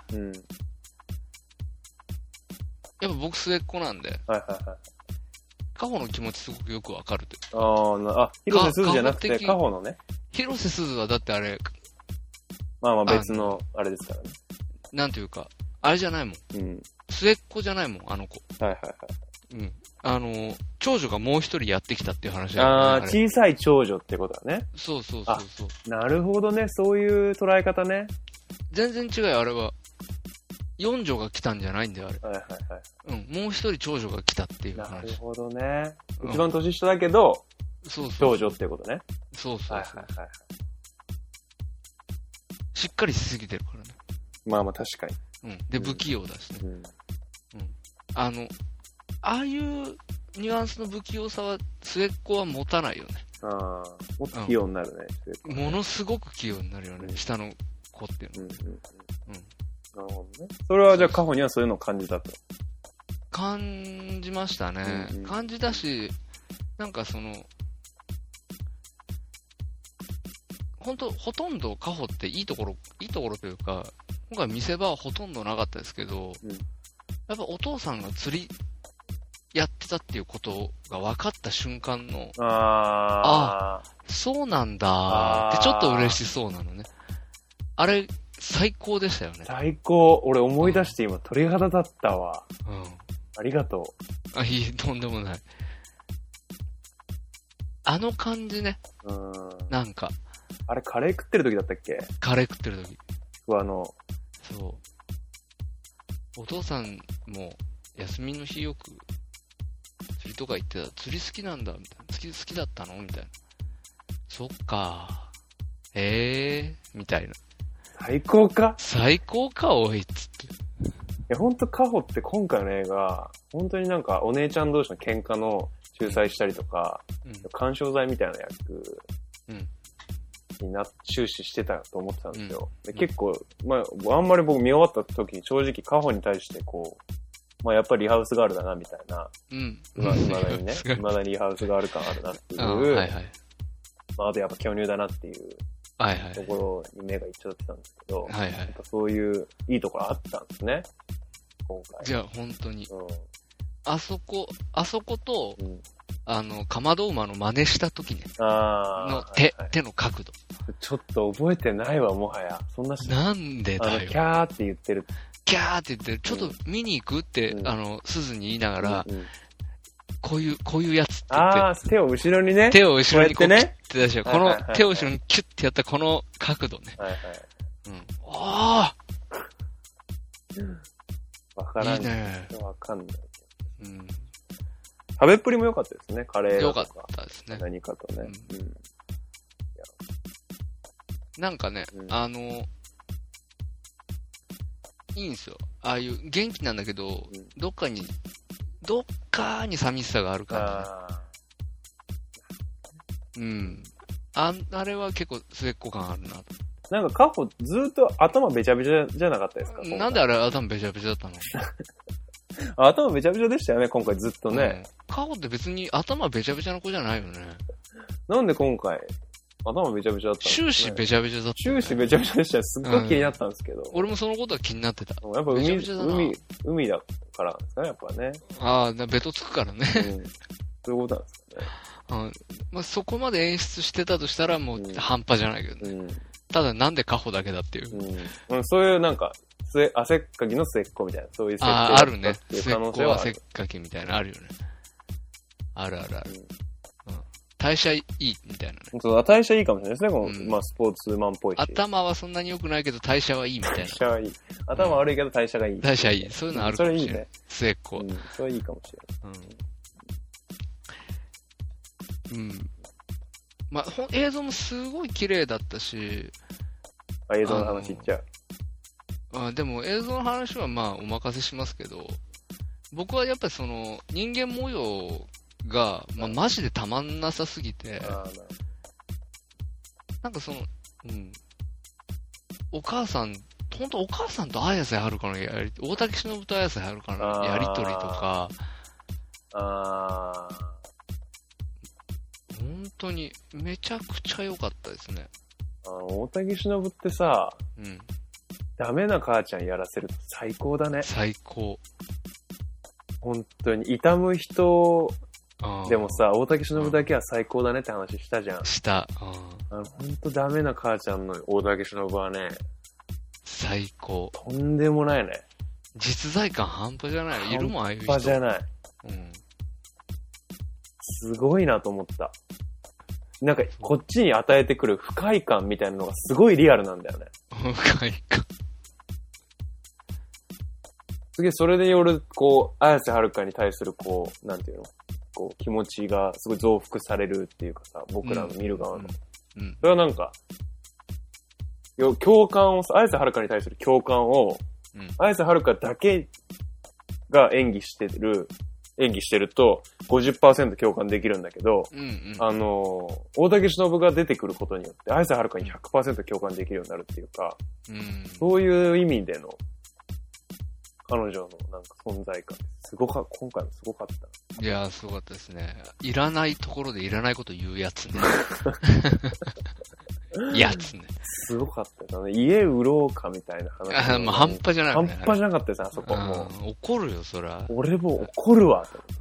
やっぱ僕末っ子なんで、カホの気持ちすごくよくわかるという。 広瀬すずじゃなくて、カホのね。 広瀬すずはだってあれ、 まあ別の、あれですからね。 なんていうか、あれじゃないもん。末っ子じゃないもん、あの子。長女がもう一人やってきたっていう話だよね。 小さい長女ってことだね。 そう。 なるほどね、そういう捉え方ね。 全然違うよ、あれは。四女が来たんじゃないんだよ、あれ。もう一人長女が来たっていう話。 なるほどね。一番年下だけど、長女ってことね。 そう。しっかりしすぎてるからね。 まあ確かに。で、不器用だしね。ああいうニュアンスの不器用さは末っ子は持たないよね。 もっと器用になるね、 ものすごく器用になるよね、下の子っていうの。 なるほどね。それはじゃあカホにはそういうのを感じたと？ 感じましたね。感じたし、なんかほとんどカホっていいところというか、今回見せ場はほとんどなかったですけど、やっぱお父さんが釣りやってたっていうことが分かった瞬間の、そうなんだってちょっと嬉しそうなのね。あれ、最高でしたよね。 最高。俺思い出して今鳥肌だったわ。ありがとう。いい、とんでもない。あの感じね。なんか。 あれ、カレー食ってる時だったっけ？ カレー食ってる時。 そう。 お父さんも休みの日よく釣りとか行ってた。釣り好きなんだみたいな。好きだったのみたいな。そっか。みたいな。 最高かおいっつって。 いや、ほんとカホって今回の映画、本当になんかお姉ちゃん同士の喧嘩の仲裁したりとか、干渉剤みたいな役に終始してたと思ってたんですよ。で結構、あんまり僕見終わった時に正直カホに対してやっぱりリハウスガールだなみたいな。未だにね、未だにリハウスガール感あるなっていう。あとやっぱ巨乳だなっていうところに目がいっちゃってたんですけど、やっぱそういういいところあったんですね、今回。 じゃあ本当に。あそこと、かまど馬の真似した時ね。の手の角度。 ちょっと覚えてないわ、もはや。そんななんでだよ。 キャーって言ってる。 キャーって言ってる。ちょっと見に行くって、鈴に言いながら、こういうやつって言って。 手を後ろにね。 手を後ろにこうキュッて出しちゃう。この手を後ろにキュッてやったこの角度ね。 わからん。 いいね。 わかんない。食べっぷりも良かったですね、カレーとか。 良かったですね。 何かとね。 なんかね、いいんですよ。ああいう元気なんだけど、どっかかに寂しさがある感じ、ね。うん。あれは結構末っ子感あるなと。 なんかカホずーっと頭べちゃべちゃじゃなかったですか？ なんであれ頭べちゃべちゃだったの？ 頭べちゃべちゃでしたよね、今回ずっとね。 カホって別に頭べちゃべちゃの子じゃないよね。 なんで今回、頭べちゃべちゃだったの？ 終始べちゃべちゃだった、ね。 終始べちゃべちゃでした。すっごい気になったんですけど。 俺もそのことは気になってた。 やっぱ海だからですかね、やっぱね。 ああ、ベトつくからね。 そういうことなんですかね。 まあ、そこまで演出してたとしたらもう半端じゃないけどね。ただなんでカホだけだっていう。 そういうなんか、汗っかきの末っ子みたいな、そういう設定だあるね。 っていう可能性はある。 末っかきみたいなあるよね。ある。代謝いいみたいなね。 そう、代謝いいかもしれないですね、このまあスポーツマンっぽいし。 頭はそんなに良くないけど代謝はいいみたいな。 代謝はいい。頭悪いけど代謝がいい。 代謝いい。そういうのあるかもしれない。 それいいね。 末っ子。 それいいかもしれない。 まあ、映像もすごい綺麗だったし。 映像の話いっちゃう。 でも映像の話はまあお任せしますけど、僕はやっぱりその人間模様が、まあ、マジでたまんなさすぎて、なんかその、お母さんと綾瀬はるかの大竹しのぶと綾瀬はるかのやりとりとか、本当にめちゃくちゃ良かったですね。 大竹しのぶってさ、ダメな母ちゃんやらせると最高だね。 最高。 本当に痛む人でもさ、大竹しのぶだけは最高だねって話したじゃん。 した。 本当ダメな母ちゃんの大竹しのぶはね、 最高。 とんでもないね。 実在感半端じゃない。いるもん、ああいう人。 半端じゃない。すごいなと思った。なんか、こっちに与えてくる不快感みたいなのがすごいリアルなんだよね。 不快感。 次、それでよる、こう、綾瀬はるかに対する、こう、なんていうの、こう、気持ちがすごい増幅されるっていうかさ、僕らの見る側の。それはなんか、共感を、綾瀬はるかに対する共感を、綾瀬はるかだけが演技してると 50% 共感できるんだけど、大竹しのぶが出てくることによって綾瀬はるかに 100% 共感できるようになるっていうか、そういう意味での彼女のなんか存在感今回もすごかった。 いやー、すごかったですね。いらないところでいらないこと言うやつね。やつね。 すごかったよね。家売ろうかみたいな話。 まあ、半端じゃないよね。 半端じゃなかったですね、あそこもう。 怒るよ、そら。 俺も怒るわ、と。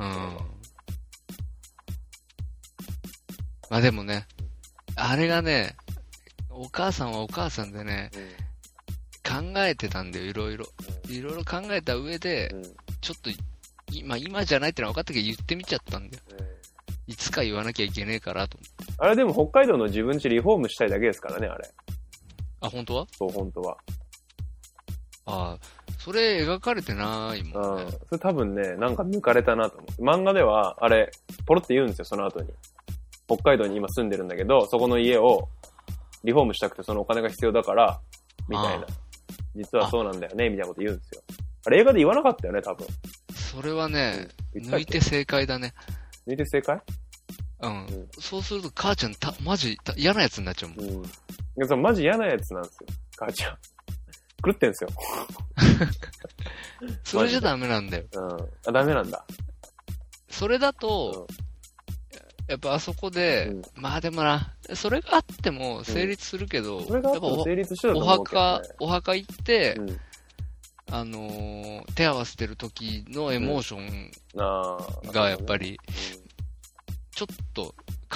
まあでもね、あれがね、お母さんはお母さんでね、考えてたんだよ、いろいろ考えた上で、ちょっと、今じゃないってのは分かったけど言ってみちゃったんだよ。いつか言わなきゃいけねえからと思って。 あれでも北海道の自分家リフォームしたいだけですからね、あれ。 あ、本当は？ そう、本当は。 それ描かれてないもんね。 それ多分ね、なんか抜かれたなと思って。漫画では、あれ、ポロって言うんですよ、その後に。北海道に今住んでるんだけど、そこの家をリフォームしたくてそのお金が必要だから、みたいな。実はそうなんだよね、みたいなこと言うんですよ。あれ映画で言わなかったよね、多分。 それはね、抜いて正解だね。 抜いて正解？ そうすると母ちゃんマジ嫌なやつになっちゃうもん。 マジ嫌なやつなんですよ、母ちゃん。狂ってんすよ。 それじゃダメなんだよ。 ダメなんだ。 それだと、やっぱあそこで、まあでもな、それがあっても成立するけど、 それがあっても成立してると思うけどね。 お墓行って、手合わせてる時のエモーションがやっぱり、ちょっと、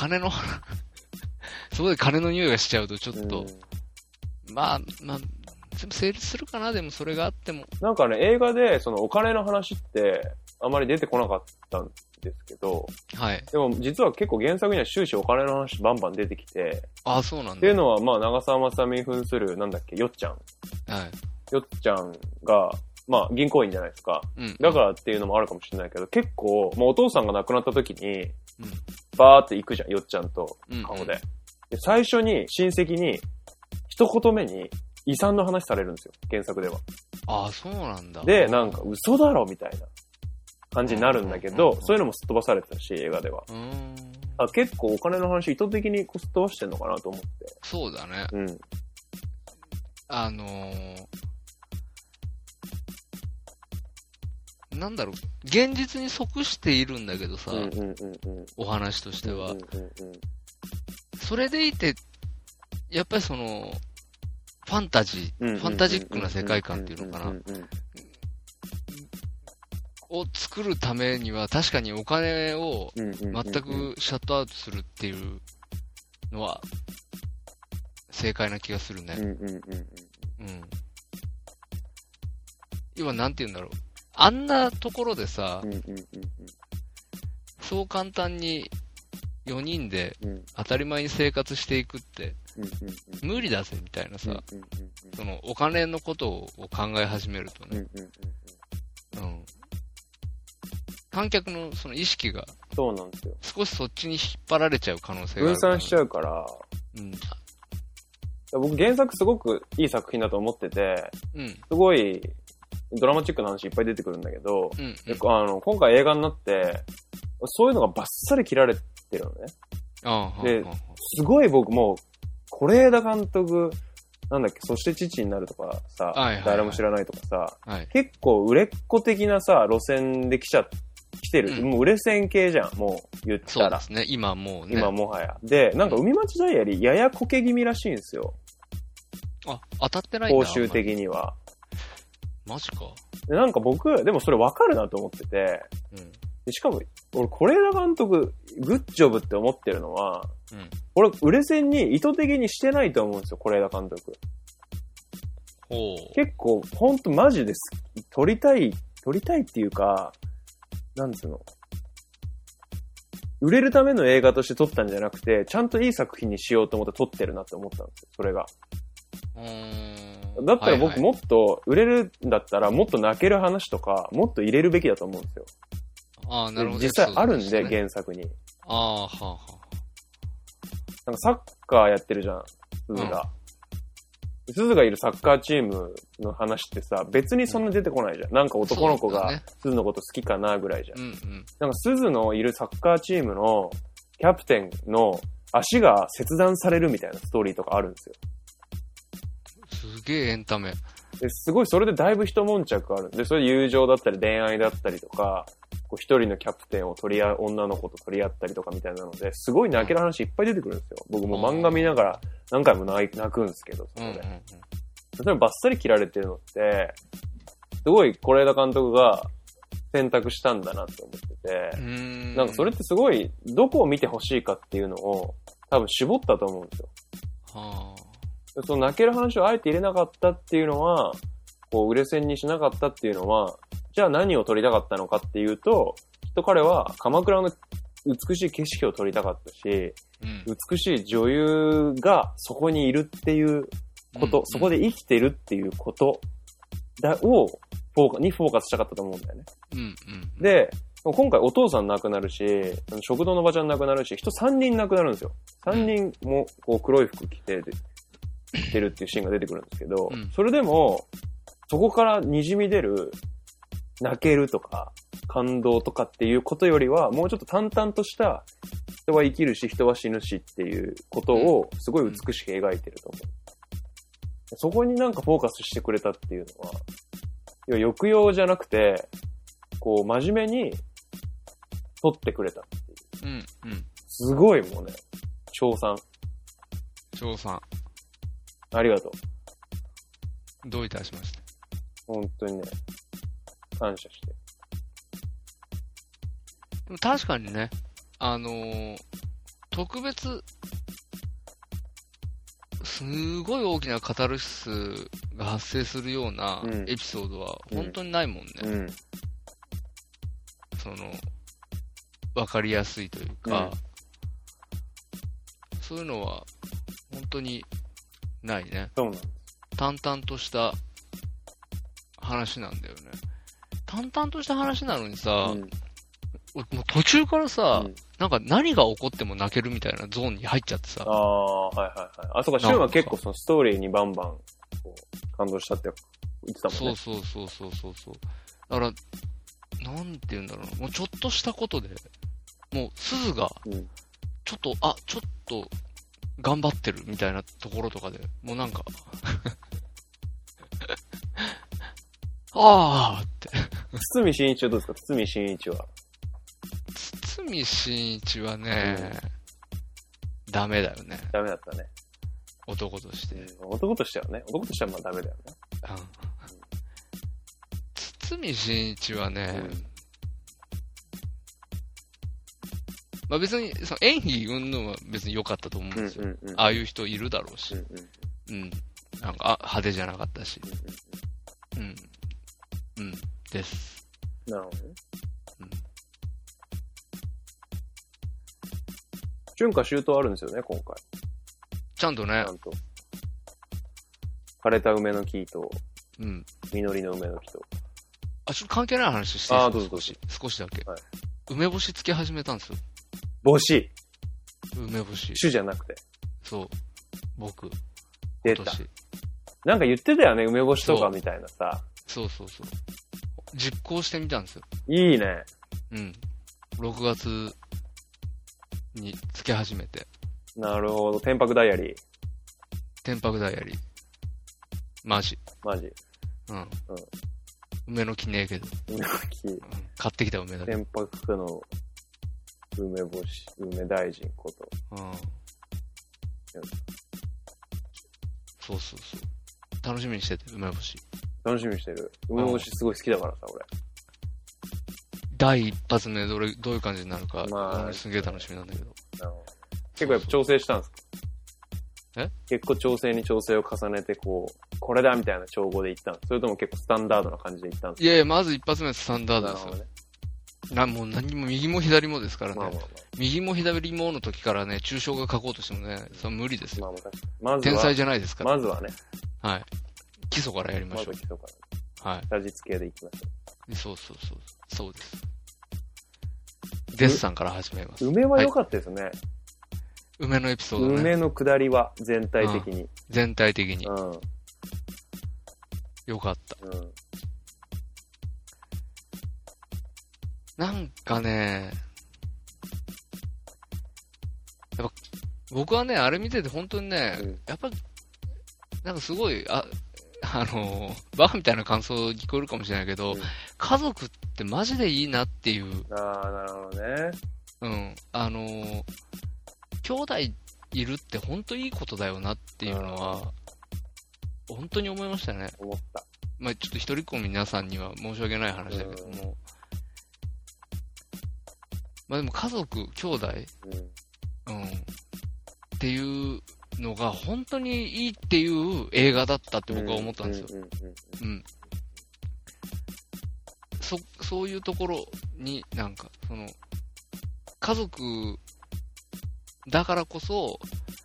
そこで金の匂いがしちゃうとちょっと、まあ、全部成立するかな、でもそれがあっても。 なんかね、映画でそのお金の話ってあまり出てこなかったんですけど、でも実は結構原作には終始お金の話バンバン出てきて、 そうなんだ。 っていうのは、まあ、長澤まさみに扮する、よっちゃん。よっちゃんが、まあ、銀行員じゃないですか。だからっていうのもあるかもしれないけど、結構、もうお父さんが亡くなった時に、バーって行くじゃん、よっちゃんと顔で。で、最初に親戚に、一言目に遺産の話されるんですよ、原作では。 そうなんだ。 で、なんか嘘だろみたいな感じになるんだけど、そういうのもすっ飛ばされてたし、映画では。結構お金の話意図的にすっ飛ばしてんのかなと思って。 そうだね。なんだろう、現実に即しているんだけどさ、お話としては。それでいて、やっぱりその、ファンタジックな世界観っていうのかな。を作るためには確かにお金を全くシャットアウトするっていうのは正解な気がするね。要はなんて言うんだろう。あんなところでさ、そう簡単に4人で当たり前に生活していくって、無理だぜみたいなさ、そのお金のことを考え始めるとね。観客のその意識が、 そうなんですよ。 少しそっちに引っ張られちゃう可能性がある。 分散しちゃうから、僕原作すごくいい作品だと思ってて、すごいドラマチックな話いっぱい出てくるんだけど、今回映画になって、そういうのがバッサリ切られてるのね。で、すごい僕もう、是枝監督、なんだっけ、そして父になるとかさ、誰も知らないとかさ、結構売れっ子的なさ、路線で来てる。もう売れ線系じゃん、もう言ったら。 そうですね、今もうね。 今もはや。で、なんか海町ダイアリーややこけ気味らしいんですよ。 当たってないんだ。 報酬的には。 マジか。 で、なんか僕、でもそれ分かるなと思ってて、でしかも、俺、是枝監督、グッジョブって思ってるのは、俺、売れ線に意図的にしてないと思うんですよ、是枝監督。結構、ほんとマジです。撮りたいっていうか、なんつうの。売れるための映画として撮ったんじゃなくて、ちゃんといい作品にしようと思って撮ってるなって思ったんですよ、それが。だったら僕もっと売れるんだったらもっと泣ける話とかもっと入れるべきだと思うんですよ。 なるほど。 実際あるんで、原作に。なんかサッカーやってるじゃん、鈴が。鈴がいるサッカーチームの話ってさ、別にそんな出てこないじゃん。なんか男の子が鈴のこと好きかなぐらいじゃん。なんか鈴のいるサッカーチームのキャプテンの足が切断されるみたいなストーリーとかあるんですよ。 すげえエンタメ。 すごいそれでだいぶ一悶着あるんで、それ友情だったり恋愛だったりとか、一人のキャプテンを女の子と取り合ったりとかみたいなので、すごい泣ける話いっぱい出てくるんですよ。僕も漫画見ながら何回も泣くんですけど、それで。それバッサリ切られてるのって、すごい是枝監督が選択したんだなって思ってて、なんかそれってすごいどこを見てほしいかっていうのを多分絞ったと思うんですよ。その泣ける話をあえて入れなかったっていうのは、こう売れ線にしなかったっていうのは、じゃあ何を撮りたかったのかっていうと、きっと彼は鎌倉の美しい景色を撮りたかったし、美しい女優がそこにいるっていうこと、そこで生きてるっていうことをフォーカスしたかったと思うんだよね。で、今回お父さん亡くなるし、食堂のおばちゃん亡くなるし、人3人亡くなるんですよ。3人もこう黒い服着てるっていうシーンが出てくるんですけど、それでも、そこから滲み出る泣けるとか感動とかっていうことよりは、もうちょっと淡々とした人は生きるし人は死ぬしっていうことをすごい美しく描いてると思う。そこになんかフォーカスしてくれたっていうのは、要は抑揚じゃなくて、こう真面目に撮ってくれたっていう。すごいもうね、称賛。ありがとう。どういたしまして。 本当にね、感謝して。 でも確かにね、特別、すごい大きなカタルシスが発生するようなエピソードは本当にないもんね。その、わかりやすいというか、そういうのは本当にないね。 そうなんです。 淡々とした話なんだよね。淡々とした話なのにさ、もう途中からさ、なんか何が起こっても泣けるみたいなゾーンに入っちゃってさ。 あ、そうか、シュンは結構そのストーリーにバンバンこう感動したって言ってたもんね。 そう。だから、 なんて言うんだろうな。もうちょっとしたことで、もう鈴が、ちょっと頑張ってるみたいなところとかで、もうなんか、あーって。 堤真一はどうですか？堤真一は。 堤真一はね、ダメだよね。 ダメだったね。 男として。 男としてはね。男としてはまあダメだよね。 堤真一はね、まあ別に、その演技云々は別に良かったと思うんですよ。ああいう人いるだろうし。なんか、派手じゃなかったし。です。 なるほどね。春夏秋冬あるんですよね、今回。 ちゃんとね。 ちゃんと。枯れた梅の木と、 実りの梅の木と。 ちょっと関係ない話していいですか？ どうぞ。 少しだけ。梅干しつけ始めたんですよ。 干し。 梅干し。 種じゃなくて。 そう。僕。 出た。なんか言ってたよね、梅干しとかみたいなさ。 そう。実行してみたんですよ。 いいね。 6月につけ始めて。 なるほど。天白ダイアリー。 天白ダイアリー。マジ。梅の木ねえけど。 梅の木。 買ってきた梅だけど。 天白の梅干し、梅大臣こと。 そう。楽しみにしてて、梅干し。 楽しみにしてる。梅干しすごい好きだからさ、俺。 第一発目どういう感じになるか、すげえ楽しみなんだけど。 結構やっぱ調整したんですか？ え？ 結構調整に調整を重ねて、これだみたいな調合でいったんです？それとも結構スタンダードな感じでいったんですか？ いや、まず一発目スタンダードですよ。もう何も右も左もですからね。右も左もの時からね、抽象画描こうとしてもね、それは無理ですよ。天才じゃないですから。 まずはね。 はい。基礎からやりましょう。 まず基礎から。 はい。 下地付けでいきましょう。そうです。デッサンから始めます。 梅は良かったですね。 梅のエピソードね。 梅の下りは全体的に。 全体的に。良かった。なんかね、やっぱ僕はね、あれ見てて本当にね、やっぱなんかすごいバカみたいな感想聞こえるかもしれないけど、家族ってマジでいいなっていう。 なるほどね。 兄弟いるって本当いいことだよなっていうのは、本当に思いましたね。 思った。 ちょっと一人っ子の皆さんには申し訳ない話だけども、でも家族、兄弟、っていうのが本当にいいっていう映画だったって僕は思ったんですよ。そういうところになんか、家族だからこそ、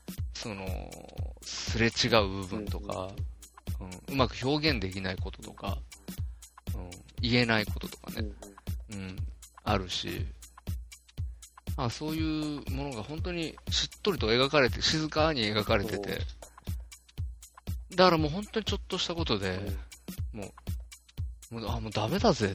すれ違う部分とか、うまく表現できないこととか、言えないこととかね、あるし、そういうものが本当にしっとりと描かれて、静かに描かれてて、だからもう本当にちょっとしたことで、もうダメだぜって。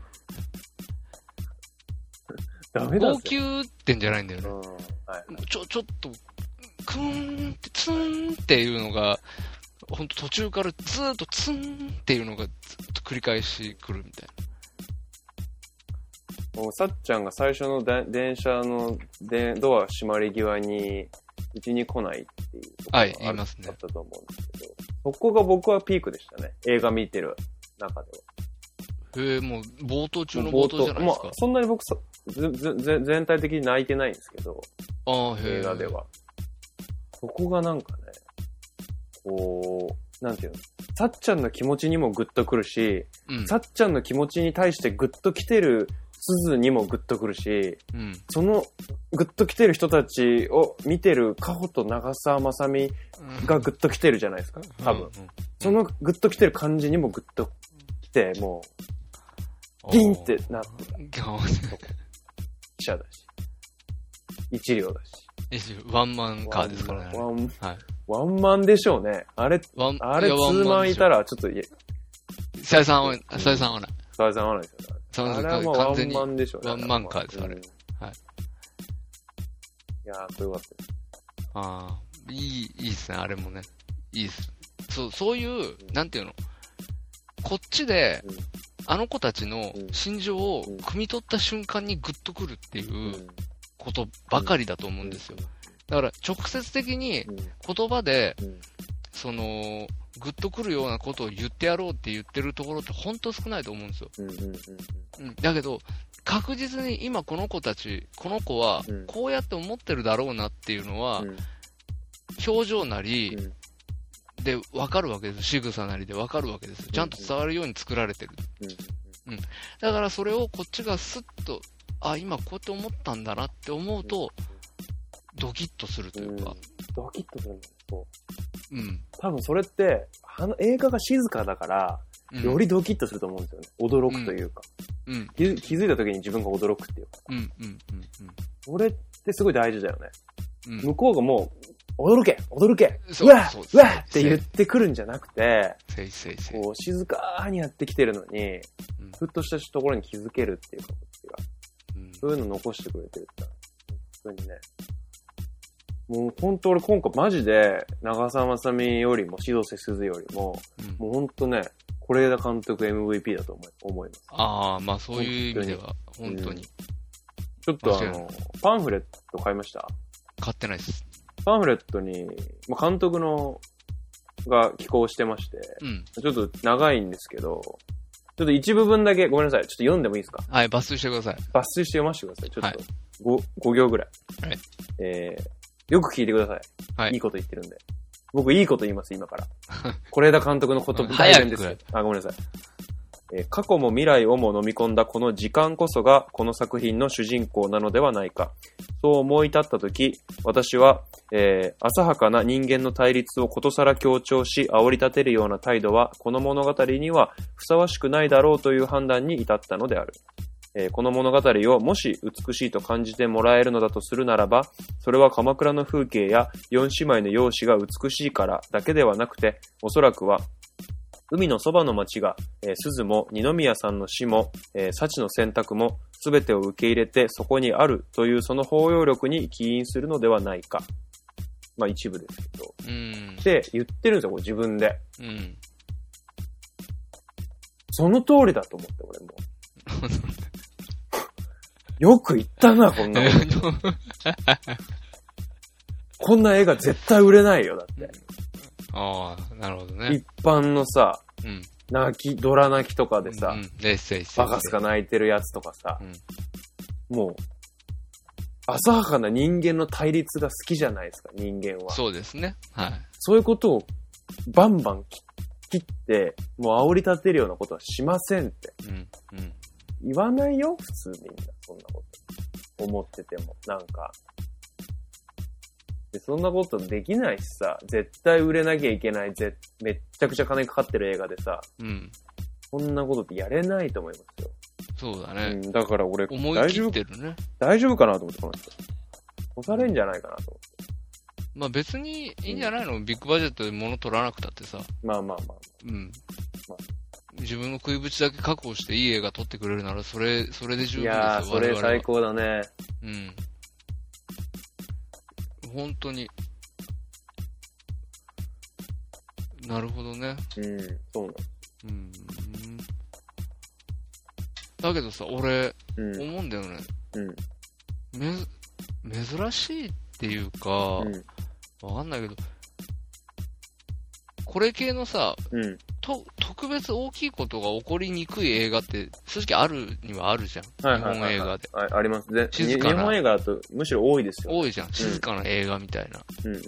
ダメだぜ。 号泣ってんじゃないんだよね。ちょっと、クーンって、ツーンっていうのが、本当途中からずーっとツーンっていうのがずっと繰り返し来るみたいな。 さっちゃんが最初の電車のドア閉まり際にうちに来ないっていうところが言いますね。 あったと思うんですけど、そこが僕はピークでしたね。映画見てる中では。 もう冒頭中の冒頭じゃないですか。 そんなに僕全体的に泣いてないんですけど、映画では。そこがなんかね、なんていうの、さっちゃんの気持ちにもグッとくるし、さっちゃんの気持ちに対してグッと来てる鈴にもグッとくるし、そのグッと来てる人たちを見てるカホと長澤まさみがグッと来てるじゃないですか、多分。そのグッと来てる感じにもグッと来て、もう、ギンってなってた。記者だし。一両だし。 ワンマンカーですからね。 ワンマンでしょうね。あれ、ツーマンいたら、ちょっと、 さやさんはない。 さやさんはないですよね。 さあれはもう完全にワンマンでしょうね。 ワンマンカーです、あれ。はい。 いやー、そうよかったです。 ああ、いいっすね、あれもね。いいっす。そういう、なんていうの、こっちで、あの子たちの心情を汲み取った瞬間にグッとくるっていうことばかりだと思うんですよ。だから、直接的に言葉で、その、グッとくるようなことを言ってやろうって言ってるところって本当少ないと思うんですよ。だけど、確実に今この子は、こうやって思ってるだろうなっていうのは、表情なり、で分かるわけです。仕草なりで分かるわけです。ちゃんと伝わるように作られてる。だからそれをこっちがスッと、今こうやって思ったんだなって思うと、ドキッとするというか。 ドキッとするんだよ。 そう多分それって、映画が静かだから、よりドキッとすると思うんですよね。驚くというか。気づいた時に自分が驚くっていうか。それってすごい大事だよね。向こうがもう、驚けうわって言ってくるんじゃなくて、こう静かにやってきてるのに、ふっとしたところに気づけるっていうか、こっちが。そういうの残してくれてるって本当にね。もう本当俺今回マジで長澤まさみよりも篠瀬すずよりも、もう本当ね、是枝監督 MVP だと思います。 まあそういう意味では、本当に。 ちょっとパンフレット買いました？ 買ってないです。 パンフレットに、監督が寄稿してまして、ちょっと長いんですけど、ちょっと一部分だけ、ごめんなさい。ちょっと読んでもいいですか？ はい、抜粋してください。 抜粋して読ませてください。ちょっと、5行ぐらい。 はい。 よく聞いてください。はい。いいこと言ってるんで。僕いいこと言います、今から。是枝監督の言葉大変です。ごめんなさい。過去も未来をも飲み込んだこの時間こそがこの作品の主人公なのではないか。そう思い立ったとき、私は、浅はかな人間の対立をことさら強調し、煽り立てるような態度は、この物語にはふさわしくないだろうという判断に至ったのである。この物語をもし美しいと感じてもらえるのだとするならば、それは鎌倉の風景や四姉妹の容姿が美しいからだけではなくて、おそらくは、海のそばの町が、鈴も二宮さんの死も、幸の選択も全てを受け入れてそこにあるというその包容力に起因するのではないか。まあ一部ですけど。って言ってるんですよ、自分で。その通りだと思って、俺も。よく言ったな、こんなこと。こんな映画絶対売れないよ、だって。 なるほどね。 一般のさ、ドラ泣きとかでさ、バカスカ泣いてるやつとかさ、もう、浅はかな人間の対立が好きじゃないですか、人間は。 そうですね。はい。 そういうことをバンバン切って、もう煽り立てるようなことはしませんって。言わないよ、普通みんな、そんなこと。思ってても、なんか。で、そんなことできないしさ、絶対売れなきゃいけない、めっちゃくちゃ金かかってる映画でさ、そんなことってやれないと思いますよ。 そうだね。 だから俺、 思い切ってるね。 大丈夫かなと思って、この人。押されんじゃないかなと思って。 まあ別にいいんじゃないの、ビッグバジェットで物取らなくたってさ。 まあ。 自分の食いぶちだけ確保していい映画撮ってくれるなら、それで十分ですよ。いやー、それ最高だね。 本当に。なるほどね。 そうなんだけどさ、俺、思うんだよね。珍しいっていうか、わかんないけど、これ系のさ、特別大きいことが起こりにくい映画って、正直あるにはあるじゃん。日本映画で。 ありますね。日本映画だとむしろ多いですよ。 多いじゃん。静かな映画みたいな。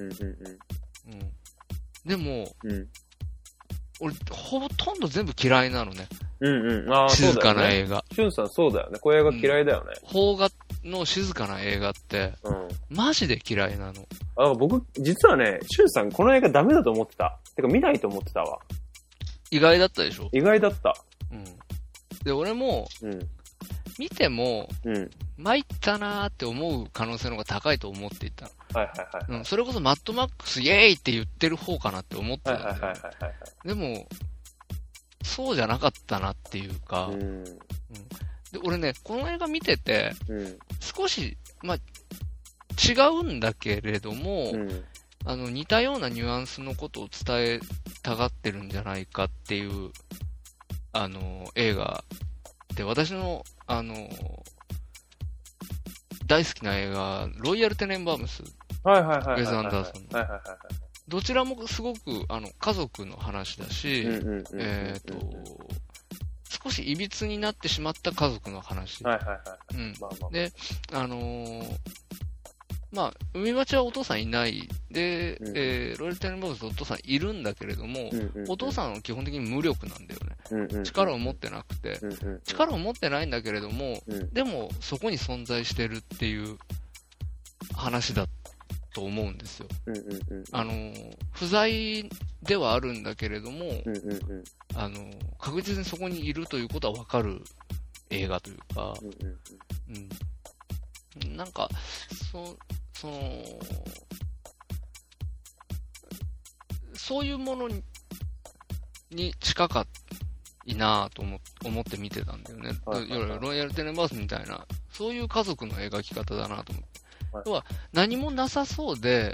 でも、俺、ほとんど全部嫌いなのね。静かな映画。 しゅんさんそうだよね。こういう映画嫌いだよね。 邦画の静かな映画って、マジで嫌いなの。 僕、実はね、しゅんさんこの映画ダメだと思ってた。てか見ないと思ってたわ。 意外だったでしょ？ 意外だった。 で、俺も、見ても、参ったなーって思う可能性の方が高いと思っていた。それこそマッドマックスイエーイって言ってる方かなって思ってた。でも、そうじゃなかったなっていうか、 で、俺ね、この映画見てて、少し、まあ、違うんだけれども、似たようなニュアンスのことを伝えたがってるんじゃないかっていう、映画で、私の、大好きな映画、ロイヤル・テネンバームス。 はいはいはい。 ウェズ・アンダーソンの。どちらもすごく、家族の話だし、少し歪になってしまった家族の話。 はいはいはい。 で、まあ、海町はお父さんいない。で、ロイヤル・テネンバームスとお父さんいるんだけれども、お父さんは基本的に無力なんだよね。力を持ってなくて。力を持ってないんだけれども、でもそこに存在してるっていう話だと思うんですよ。不在ではあるんだけれども、確実にそこにいるということはわかる映画というか、なんか、そういうものに近かいなぁと思って見てたんだよね。ロイヤル・テネンバースみたいな、そういう家族の描き方だなと思って。要は、何もなさそうで、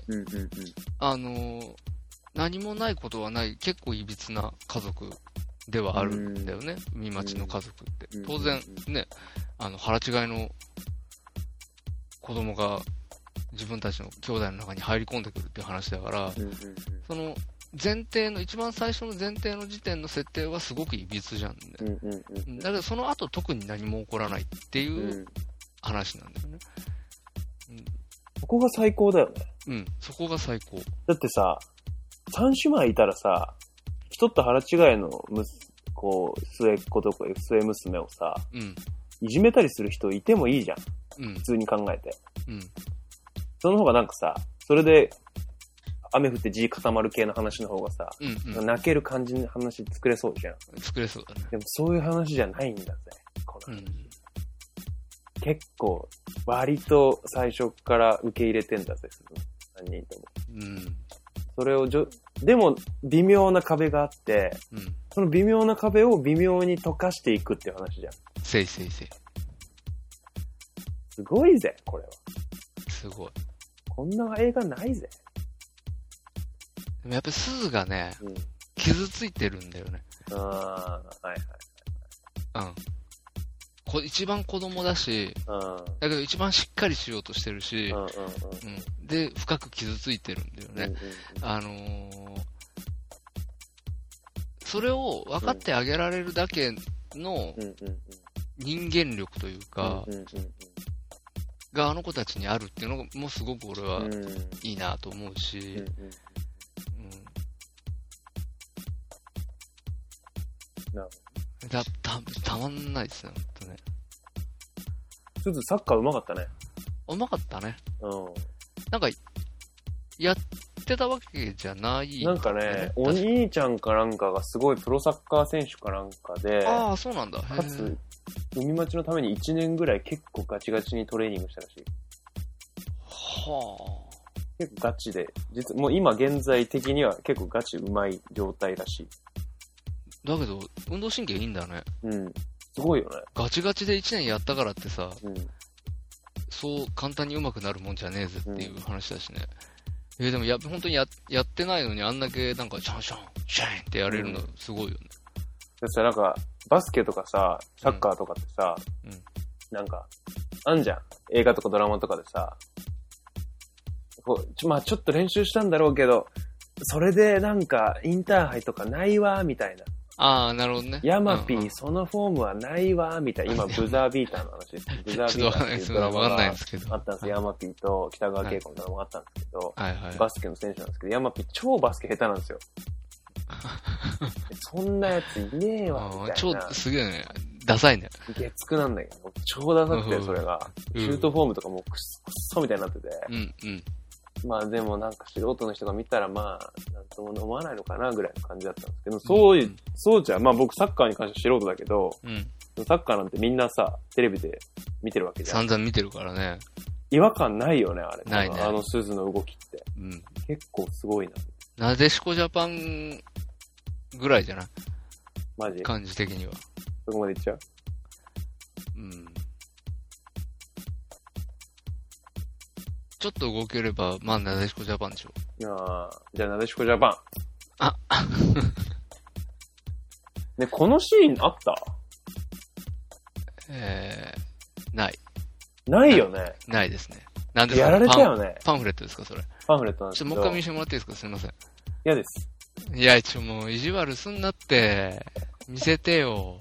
何もないことはない、結構いびつな家族ではあるんだよね。海町の家族って。当然、ね、腹違いの子供が自分たちの兄弟の中に入り込んでくるっていう話だから、その前提の、一番最初の前提の時点の設定はすごくいびつじゃんね。だけどその後特に何も起こらないっていう話なんだよね。 そこが最高だよね。そこが最高。 だってさ、三姉妹いたらさ、一つ腹違いの末っ子とか末娘をさ、いじめたりする人いてもいいじゃん。普通に考えて。その方がなんかさ、それで、雨降って地固まる系の話の方がさ、泣ける感じの話作れそうじゃん。 作れそうだね。 でもそういう話じゃないんだぜ、この話。結構、割と最初から受け入れてんだぜ、3人とも。それをでも、微妙な壁があって、その微妙な壁を微妙に溶かしていくっていう話じゃん。 せいせいせい。 すごいぜ、これは。 すごい。 こんな映画ないぜ。 でもやっぱり鈴がね、傷ついてるんだよね。 はいはい。 一番子供だし、だけど一番しっかりしようとしてるし、で、深く傷ついてるんだよね。それを分かってあげられるだけの人間力というか、があの子たちにあるっていうのもすごく俺はいいなと思うし、たまんないですね、ほんとね。 ちょっとサッカー上手かったね。 うまかったね。なんか、やってたわけじゃない、 なんかね、お兄ちゃんかなんかがすごいプロサッカー選手かなんかで、 そうなんだ。 かつ、海町のために1年ぐらい結構ガチガチにトレーニングしたらしい。結構ガチで、もう今現在的には結構ガチ上手い状態らしい。 だけど、運動神経いいんだね。 すごいよね。 ガチガチで1年やったからってさ、そう簡単に上手くなるもんじゃねえぜっていう話だしね。でも本当にやってないのにあんだけなんかシャンシャン、シャンってやれるのすごいよね。 だってさ、なんか、バスケとかさ、サッカーとかってさ、なんか、あんじゃん。映画とかドラマとかでさ、まあちょっと練習したんだろうけど、それでなんかインターハイとかないわ、みたいな。 なるほどね。 ヤマピー、そのフォームはないわ、みたいな。今、ブザービーターの話です。ブザービーターっていうドラマがあったんですよ。ヤマピーと北川景子のドラマがあったんですけど、バスケの選手なんですけど、ヤマピー超バスケ下手なんですよ。そんなやついねえわ、みたいな。 超、すげえね。ダサいね。 月9なんだけど、超ダサくて、それが。シュートフォームとかもうくっそみたいになってて。まあでもなんか素人の人が見たらまあ、なんとも思わないのかなぐらいの感じだったんですけど、そうじゃん。まあ僕サッカーに関しては素人だけど、サッカーなんてみんなさ、テレビで見てるわけじゃん。 散々見てるからね。 違和感ないよね、あれ。 ないね。 鈴の動きって。結構すごいな。 なでしこジャパンぐらいじゃない？ マジ？ 感じ的には。 そこまでいっちゃう？ うん。ちょっと動ければ、まあ、なでしこジャパンでしょ。 ああ、じゃあなでしこジャパン。 あね、このシーンあった？ ない。 ないよね。 ないですね。なんですか？ やられたよね。 パンフレットですか、それ。 パンフレットなんですけど。 ちょっともう一回見せてもらっていいですか？すいません。 嫌です。 いや、もう意地悪すんなって。見せてよ。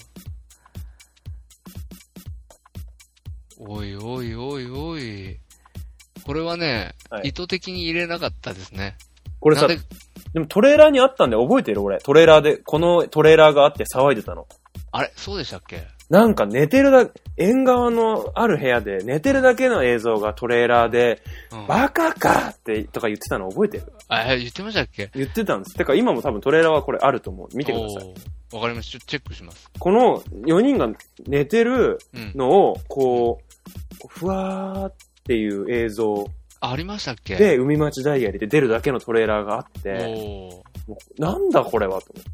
おいおいおいおい。これはね、はい、意図的に入れなかったですね。 これさ、でもトレーラーにあったんで覚えてる？俺。トレーラーで、このトレーラーがあって騒いでたの。 あれ？そうでしたっけ？ なんか寝てる縁側のある部屋で寝てるだけの映像がトレーラーで、うん、バカかってとか言ってたの覚えてる？ 言ってましたっけ？ 言ってたんです。てか今も多分トレーラーはこれあると思う。見てください。 わかりました。チェックします。 この4人が寝てるのを、こう、ふわーっていう映像。 ありましたっけ？ で、海町ダイヤリーで出るだけのトレーラーがあって、もうなんだこれはと思って。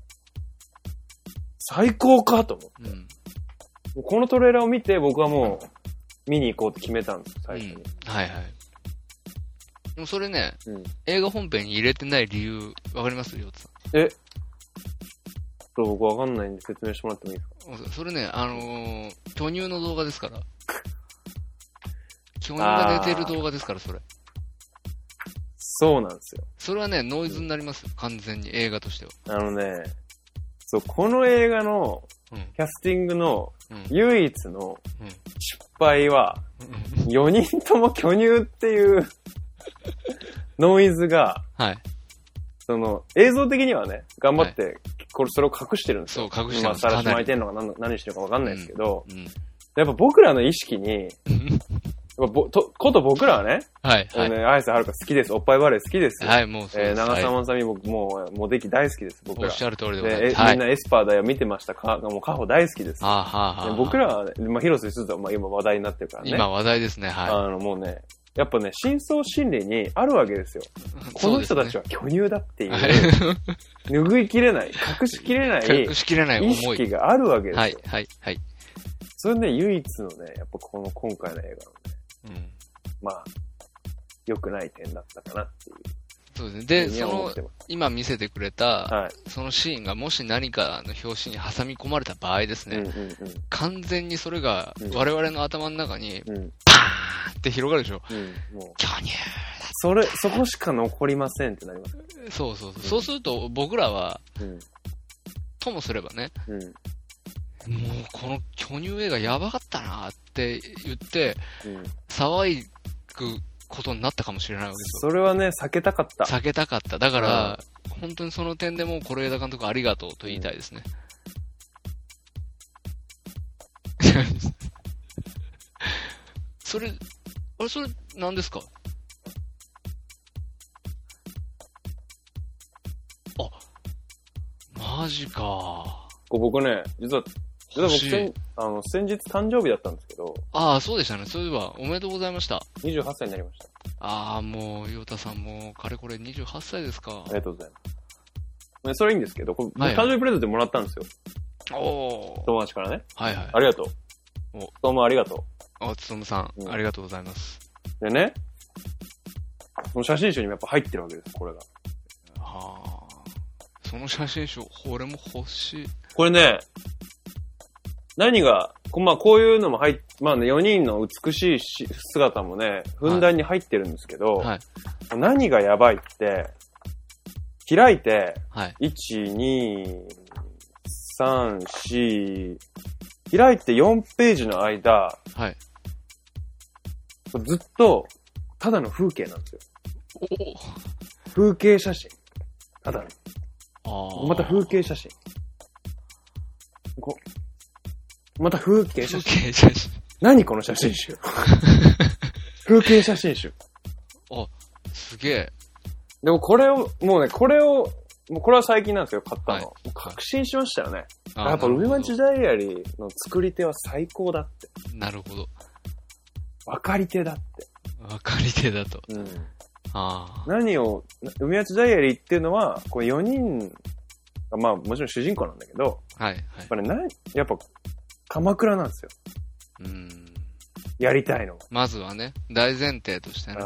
最高かと思って、うん。このトレーラーを見て僕はもう見に行こうって決めたんです、最初に。うん、 はいはい。でもそれね、うん、映画本編に入れてない理由、わかりますよ、さん。 僕わかんないんで説明してもらってもいいですか？ それね、巨乳の動画ですから。巨乳が寝てる動画ですから、それ。 そうなんですよ。 それはね、ノイズになりますよ、完全に映画としては。 そう、この映画のキャスティングの唯一の失敗は、4人とも巨乳っていうノイズが、 はい、 映像的にはね、頑張って、それを隠してるんですよ。 そう、隠してます。 さらし巻いてんのか何してるかわかんないですけど、やっぱ僕らの意識に、こと僕らはね、 はい、はい。 綾瀬はるか好きです。おっぱいバレー好きですよ。 はい、もうそうです。 長澤まさみも、モテキ大好きです。僕ら。 おっしゃる通りでございます。 みんなエスパーだよ見てました。もうカホ大好きです。僕らは、広瀬すずは今話題になってるからね。 今話題ですね、はい。もうね、やっぱね、深層心理にあるわけですよ。この人たちは巨乳だっていう、拭いきれない、隠しきれない意識があるわけですよ。 はい、はい、はい。 それね、唯一のね、やっぱ今回の映画のね、まあ、良くない点だったかなっていう。 そうですね。で、今見せてくれた、そのシーンがもし何かの表紙に挟み込まれた場合ですね、完全にそれが我々の頭の中に、パーンって広がるでしょ。もう巨乳だ。 そこしか残りませんってなります。 そう。そうすると僕らは、ともすればね、もうこの巨乳映画やばかったなって言って、騒ぐことになったかもしれないわけですよ。それはね、避けたかった。 だから、本当にその点でも是枝監督ありがとうと言いたいですね。それ何ですか？マジか。 僕ね、実は僕先日誕生日だったんですけど。 そうでしたね。そういえば、おめでとうございました。 28歳になりました。 もう、ヨタさんも、かれこれ28歳ですか。 ありがとうございます。それいいんですけど、誕生日プレゼントもらったんですよ。友達からね。 はいはい。 ありがとう。どうもありがとう。つとむさん、ありがとうございます。 でね、その写真集にもやっぱ入ってるわけです、これが。 その写真集、俺も欲しい。 これね、何が、こういうのも4人の美しい姿もね、ふんだんに入ってるんですけど、何がやばいって、開いて、1、2、3、4、開いて4ページの間、ずっと、ただの風景なんですよ。風景写真。ただの。また風景写真。また風景写真。何この写真集。風景写真集。 すげえ。 でもこれは最近なんですよ、買ったの。確信しましたよね。やっぱ海町ダイアリーの作り手は最高だって。 なるほど。 分かり手だって。 分かり手だと。 何を、海町ダイアリーっていうのは、これ4人が、もちろん主人公なんだけど、やっぱりやっぱ鎌倉なんですよ。やりたいの。 まずはね、大前提としてね。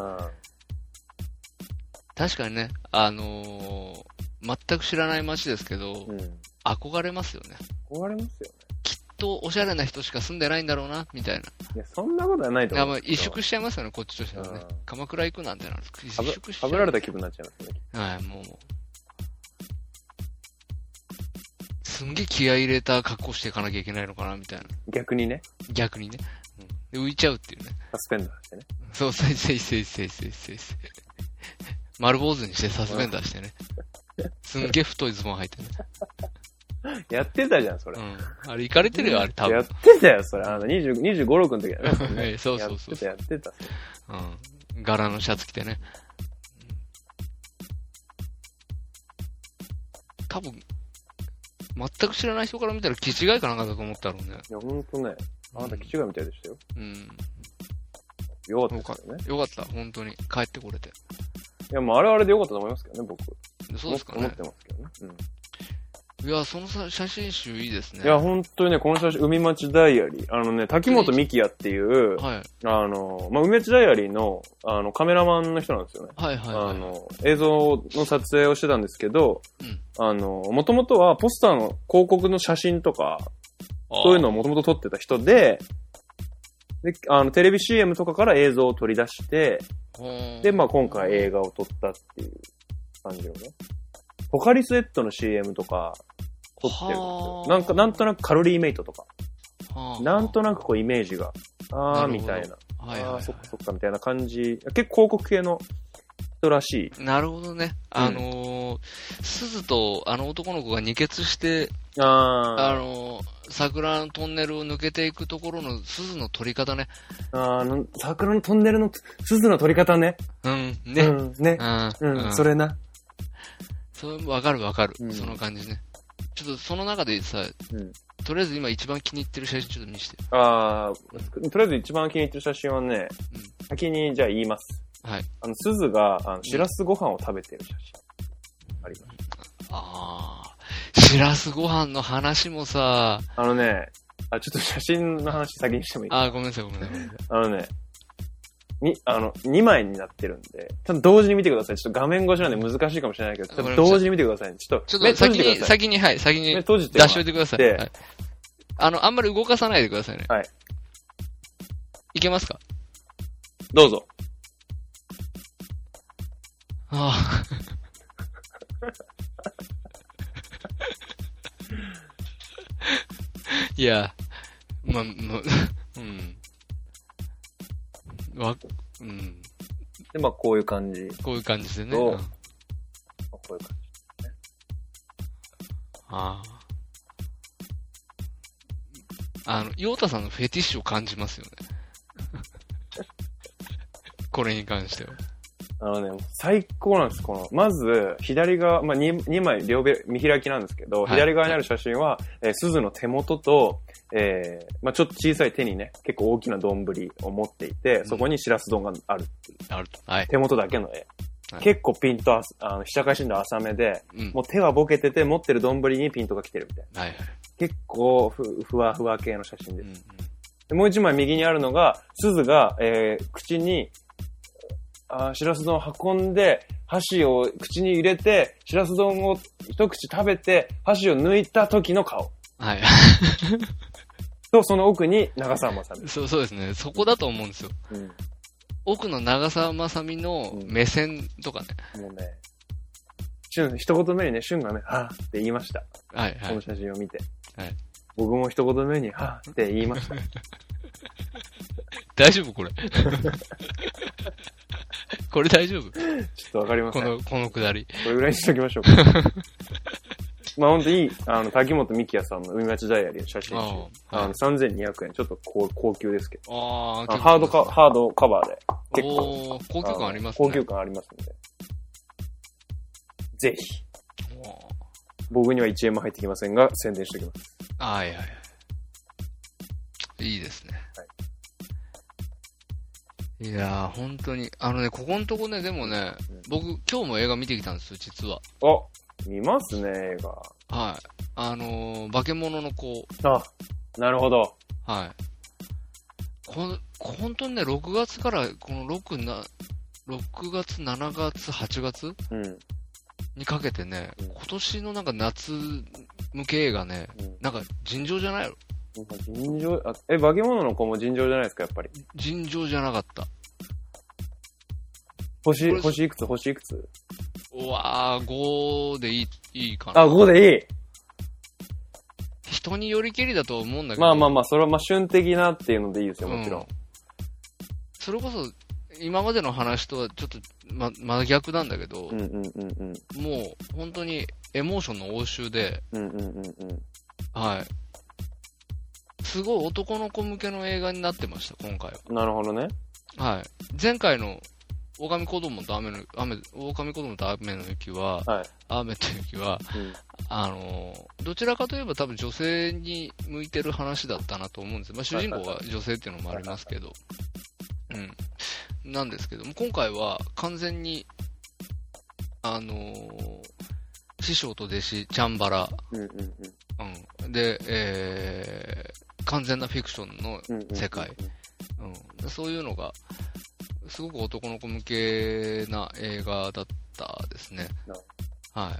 確かにね、全く知らない街ですけど、憧れますよね。 憧れますよね。 きっとおしゃれな人しか住んでないんだろうな、みたいな。 いや、そんなことはないと思う。 萎縮しちゃいますよね、こっちとしてはね。鎌倉行くなんてなる。萎縮しちゃう。 はぶられた気分になっちゃいますね。 はい、もう。すんげえ気合い入れた格好していかなきゃいけないのかな、みたいな。 逆にね。 で浮いちゃうっていうね。 サスペンダーしてね。 そう、丸坊主にしてサスペンダーしてね。すんげえ太いズボン履いてね。 やってたじゃん、それ。 あれ、行かれてるよ、あれ、多分。 やってたよ、それ。25、6の時だね。 そう。 やってた。 柄のシャツ着てね。多分、全く知らない人から見たら気違いかなんかだと思ったろうね。 いや、ほんとね。あなた気違いみたいでしたよ。よかったですよね。 よかった、本当に。帰ってこれて。 いや、もうあれあれでよかったと思いますけどね、僕。 そうですかね。 思ってますけどね。 いや、その写真集いいですね。 いや、本当にね、この写真、海町ダイアリー。滝本美希也っていう、海町ダイアリーの、カメラマンの人なんですよね。映像の撮影をしてたんですけど、もともとはポスターの広告の写真とか、そういうのをもともと撮ってた人で、テレビ CM とかから映像を取り出して、で、今回映画を撮ったっていう感じのね。ポカリスエットの CM とか撮ってるんですよ。なんとなくカロリーメイトとか。なんとなくこうイメージが、みたいな。そっかみたいな感じ。結構広告系の人らしい。 なるほどね。鈴と男の子が二血して、桜のトンネルを抜けていくところの鈴の取り方ね。 桜のトンネルの鈴の取り方ね。それな。 わかる。その感じね。ちょっとその中でさ、とりあえず今一番気に入ってる写真ちょっと見せて。とりあえず一番気に入ってる写真はね、先にじゃあ言います。 はい。 鈴が、しらすご飯を食べてる写真。あります。 しらすご飯の話もさ、 ちょっと写真の話先にしてもいい？ ごめんなさい。 2枚になってるんで、ちょっと同時に見てください。ちょっと画面越しなんで難しいかもしれないけど、ちょっと同時に見てくださいね。ちょっと先に出しといてください。あんまり動かさないでくださいね。 はい。 いけますか？ どうぞ。 いや、 で、こういう感じ。 こういう感じでね。 こういう感じね。 ヨータさんのフェティッシュを感じますよね。これに関しては。 最高なんです。まず、左側、2枚両見開きなんですけど、左側にある写真は、鈴の手元と、ちょっと小さい手にね、結構大きな丼を持っていて、そこにしらす丼があるっていう。 はい。 手元だけの絵。結構ピント、被写界深度浅めで、もう手はボケてて、持ってる丼にピントが来てるみたいな。結構ふわふわ系の写真です。でもう一枚右にあるのが、鈴が、口に、しらす丼を運んで、箸を口に入れて、しらす丼を一口食べて、箸を抜いた時の顔。 はい。 と、その奥に長澤まさみ。 そうですね。そこだと思うんですよ。奥の長澤まさみの目線とかね。 もうね、一言目にね、俊がね、って言いました。この写真を見て。僕も一言目に、って言いました。 大丈夫これ。これ大丈夫？ ちょっとわかりません。 このくだり。 これぐらいにしときましょうか。ほんといい、滝本美希也さんの海町ダイアリーの写真集。3200円。ちょっと高級ですけど。ハードカバーで。結構。 高級感ありますね。 高級感ありますんで。ぜひ。僕には1円も入ってきませんが、宣伝しておきます。 いいですね。いやー、本当に。ここのとこね、でもね、僕、今日も映画見てきたんですよ、実は。 見ますね、映画。 化け物の子。 なるほど。 はい。本当にね、6月から、この6月、7月、8月、 うん、 にかけてね、今年のなんか夏向け映画ね、なんか尋常じゃないよ。 尋常、化け物の子も尋常じゃないですか、やっぱり。 尋常じゃなかった。 星いくつうわー、5でいいかな。 あ、5でいい。 人によりけりだと思うんだけど。 まあ、それは旬的なっていうのでいいですよ、もちろん。 それこそ、今までの話とはちょっと、真逆なんだけど、もう、本当に、エモーションの応酬で、はい。すごい男の子向けの映画になってました、今回は。 なるほどね。 はい。前回の、狼子供と雨の雪は、はい、雨と雪は、どちらかといえば多分女性に向いてる話だったなと思うんですよ。まあ主人公が女性っていうのもありますけど、なんですけども、今回は完全に、師匠と弟子、チャンバラ、で、完全なフィクションの世界、そういうのが、すごく男の子向けな映画だったですね。はい。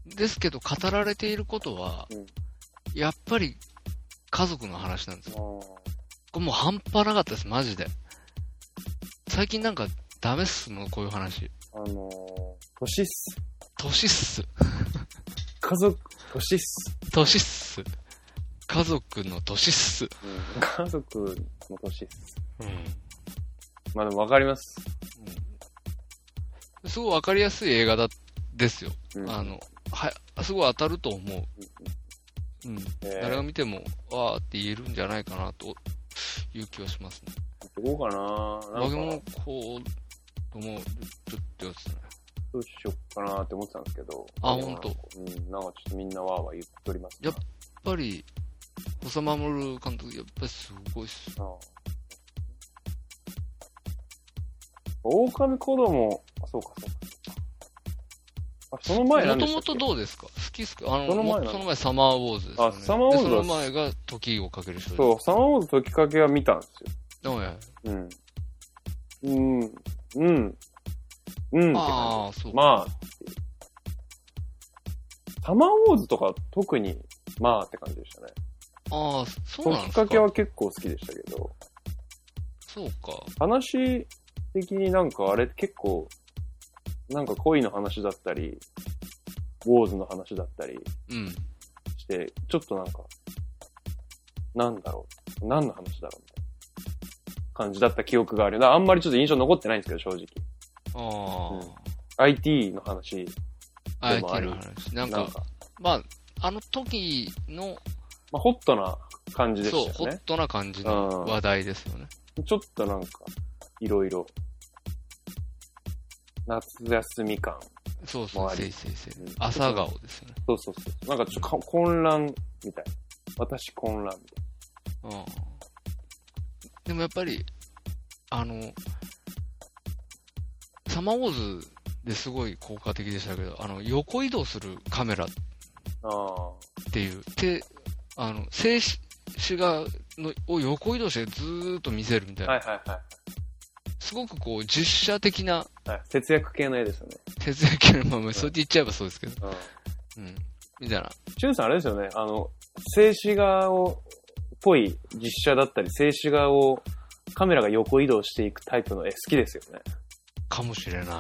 ですけど、語られていることは、やっぱり家族の話なんですよ。これもう半端なかったです、マジで。最近なんかダメっすもん、こういう話。 年っす。 年っす。 家族、年っす。 年っす。家族の年っす。 家族の年っす。まあでも分かります。 すごい分かりやすい映画ですよ。すごい当たると思う。誰が見ても、わーって言えるんじゃないかなという気はしますね。 どうかな化け物こうとも、ちょっとやつね。 どうしよっかなって思ってたんですけど。 あ、ほんと。 なんかちょっとみんなわーわー言っております。 やっぱり、細田守監督、やっぱりすごいっす。 狼子供、そうか。その前なんでしたっけ？ もともとどうですか？好きっすか？その前サマーウォーズですよね。 サマーウォーズその前が時をかける少女。 そう、サマーウォーズ時かけは見たんですよ。 ああ、そう。 まあ、サマーウォーズとか特に、まあって感じでしたね。 ああ、そうなんですか。 時かけは結構好きでしたけど。 そうか。 話的になんかあれ結構、なんか恋の話だったり、ウォーズの話だったりして、ちょっとなんか、なんだろう、何の話だろうみたいな感じだった記憶がある。あんまりちょっと印象残ってないんですけど、正直。IT の話でもあり。 IT の話。なんかまあ、あの時の、 まあ、ホットな感じでしたね。 そう、ホットな感じの話題ですよね。 ちょっとなんか、いろいろ、夏休み感。 そう、朝顔ですよね。 そう。なんかちょっと混乱みたいな。私混乱みたいな。 でもやっぱり、サマーウォーズですごい効果的でしたけど、横移動するカメラっていう、静止を横移動してずーっと見せるみたいな。すごくこう、実写的な。 節約系の絵ですよね。 節約系の、そうやって言っちゃえばそうですけど。みたいな。 チュンさんあれですよね、静止画っぽい実写だったり、静止画をカメラが横移動していくタイプの絵好きですよね。 かもしれない。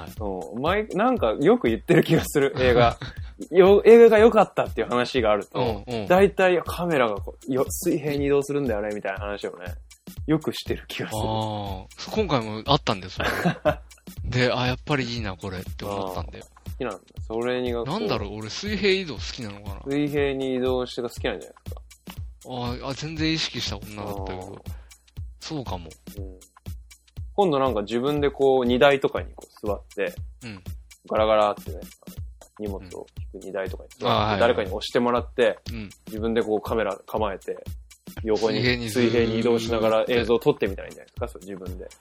なんかよく言ってる気がする、映画。映画が良かったっていう話があると、だいたいカメラが水平に移動するんだよね、みたいな話をね、よくしてる気がする。 今回もあったんですよ。で、やっぱりいいな、これって思ったんだよ。 好きなんだ。それになんだろう、俺水平移動好きなのかな。 水平に移動してが好きなんじゃないですか。 全然意識したことなかったけど。そうかも。 今度なんか自分でこう荷台とかにこう座って、ガラガラってね、荷物を引く荷台とかに座って、誰かに押してもらって、自分でこうカメラ構えて、横に水平に移動しながら映像を撮ってみたらいいんじゃないですか、それ自分で。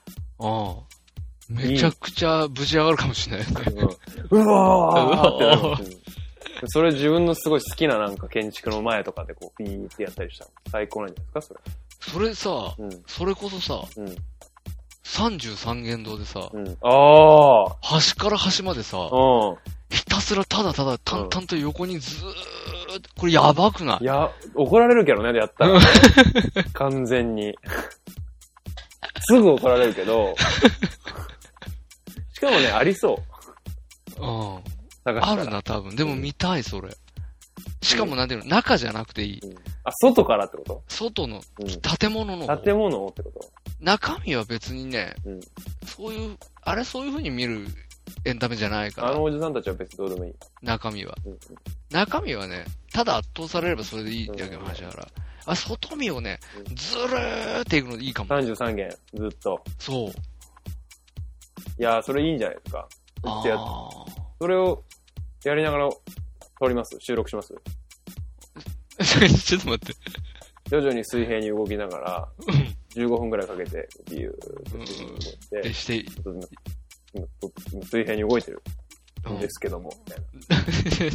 めちゃくちゃぶち上がるかもしれないですね。 うわーってなる。 それ自分のすごい好きななんか建築の前とかでこうピーってやったりしたの。最高なんじゃないですか、それ。 それさ、 うん。 それこそさ、 うん。 33間堂でさ、 うん。ああ。 端から端までさ、 うん。 ひたすらただただ淡々と横にずーっと、これやばくない？ いや、怒られるけどね、やったら、ね。完全に。すぐ怒られるけど、しかもね、ありそう。 うん。 探したらあるな、多分。でも見たい、それ。しかもなんていうの、中じゃなくていい。 うん、あ、外からってこと？ 外の、 うん、 建物の。 建物ってこと？ 中身は別にね、 うん、 そういう、あれそういう風に見るエンタメじゃないから。 あのおじさんたちは別にどうでもいい。 中身は。 うんうん、 中身はね、ただ圧倒されればそれでいいってわけの話だから。あ、外見をね、ずるーっていくのいいかも。 33件、ずっと。 そう。 いやー、それいいんじゃないですか。それをやりながら撮ります？収録します？ ちょっと待って。 徐々に水平に動きながら、15分くらいかけて、ビューって動いて、今水平に動いてるんですけども、みたい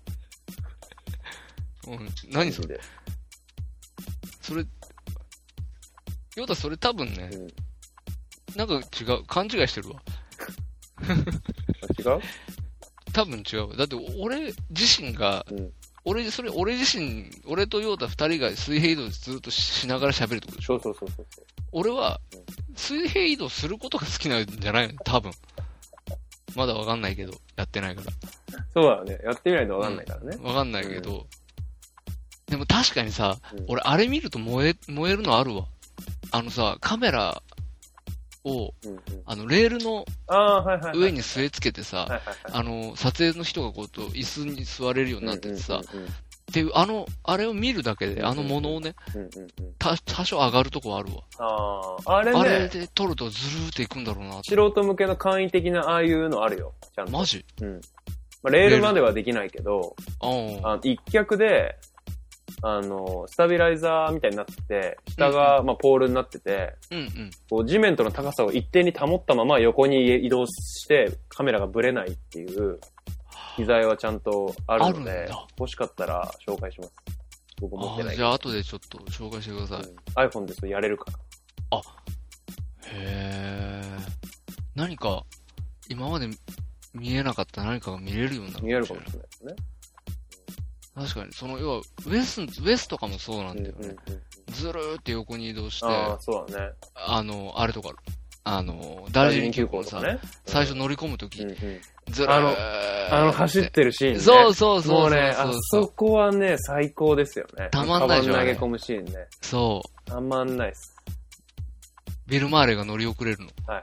な。 うん、何それ？それ、ヨタそれ多分ね、なんか違う、勘違いしてるわ。 違う？ 多分違う。だって俺自身が、俺自身、俺とヨータ二人が水平移動ずっとしながら喋るってことでしょ？ そう。 俺は、水平移動することが好きなんじゃないの？多分。まだわかんないけど、やってないから。 そうだよね。やってみないとわかんないからね。 わかんないけど、でも確かにさ、俺あれ見ると燃えるのあるわ。あのさ、カメラを、レールの上に据え付けてさ、撮影の人がこうと椅子に座れるようになっててさ、っていう、あれを見るだけで、あのものをね、多少上がるとこあるわ。 あれね。 あれで撮るとずるーっていくんだろうな。 素人向けの簡易的なああいうのあるよ。ちゃんと。 マジ？ うん。まあ、レールまではできないけど、一脚で、スタビライザーみたいになってて、下が、まあ、ポールになってて、こう地面との高さを一定に保ったまま横に移動してカメラがブレないっていう機材はちゃんとあるので、欲しかったら紹介します。僕持ってない。 じゃあ後でちょっと紹介してください。 iPhone でそれやれるから。 あ、へー。何か、今まで見えなかった何かが見れるようになる。 見えるかもしれないですね。 確かに、要は、ウェスとかもそうなんだよね。ずるーって横に移動して、 そうだね。 あれとか、ダージリン急行さ、最初乗り込むとき、ずるー走ってるシーンね。 そう。 もうね、あそこはね、最高ですよね。 たまんないでしょ。 投げ込むシーンね。 そう。 たまんないっす。 ビル・マーレが乗り遅れるの。 はい。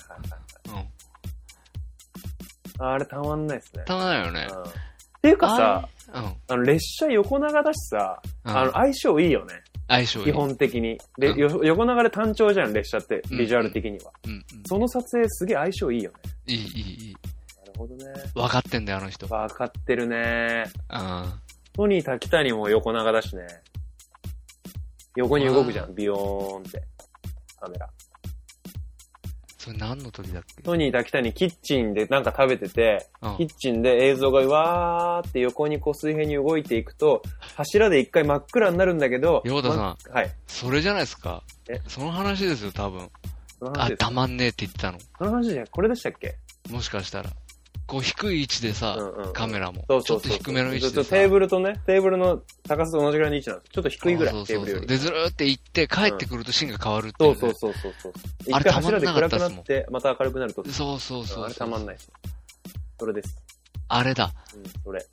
あれたまんないっすね。 たまんないよね。 っていうかさ、列車横長だしさ、相性いいよね。 相性いい。 基本的に。で、横長で単調じゃん、列車って、ビジュアル的には。その撮影すげえ相性いいよね。 いい。 なるほどね。 分かってんだよ、あの人。 分かってるね。トニー滝谷も横長だしね。横に動くじゃん、ビヨーンって。カメラ。 それ何の時だっけ？ トニー滝谷キッチンでなんか食べてて、キッチンで映像がわーって横にこう水平に動いていくと、柱で一回真っ暗になるんだけど、 ヨーダさん。 はい。 それじゃないですか。その話ですよ、多分。たまんねえって言ってたの。 その話じゃこれでしたっけ？ もしかしたら。こう低い位置でさ、カメラも。 そうちょっと低めの位置でさ。 テーブルの高さと同じぐらいの位置なんです。ちょっと低いぐらい、テーブルより。 で、ずるーって行って、帰ってくるとシーンが変わるっていう。そう。 あれたまんなかったっすもん。 一回柱で暗くなって、また明るくなると。 そう。 あれたまんないです。それです。 あれだ。 それ。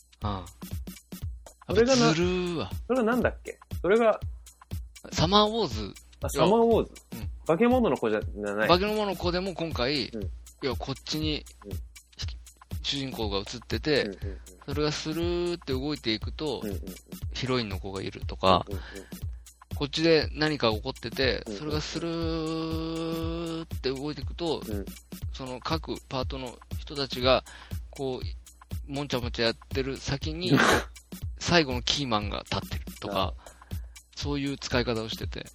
それがずるーわ。 それがなんだっけ？それが、 サマーウォーズ。 サマーウォーズ。化け物の子じゃない。 化け物の子でも今回、こっちに、主人公が映ってて、それがスルーって動いていくと、ヒロインの子がいるとか、こっちで何か起こってて、それがスルーって動いていくと、その各パートの人たちが、こう、もんちゃもちゃやってる先に、最後のキーマンが立ってるとか、そういう使い方をしてて、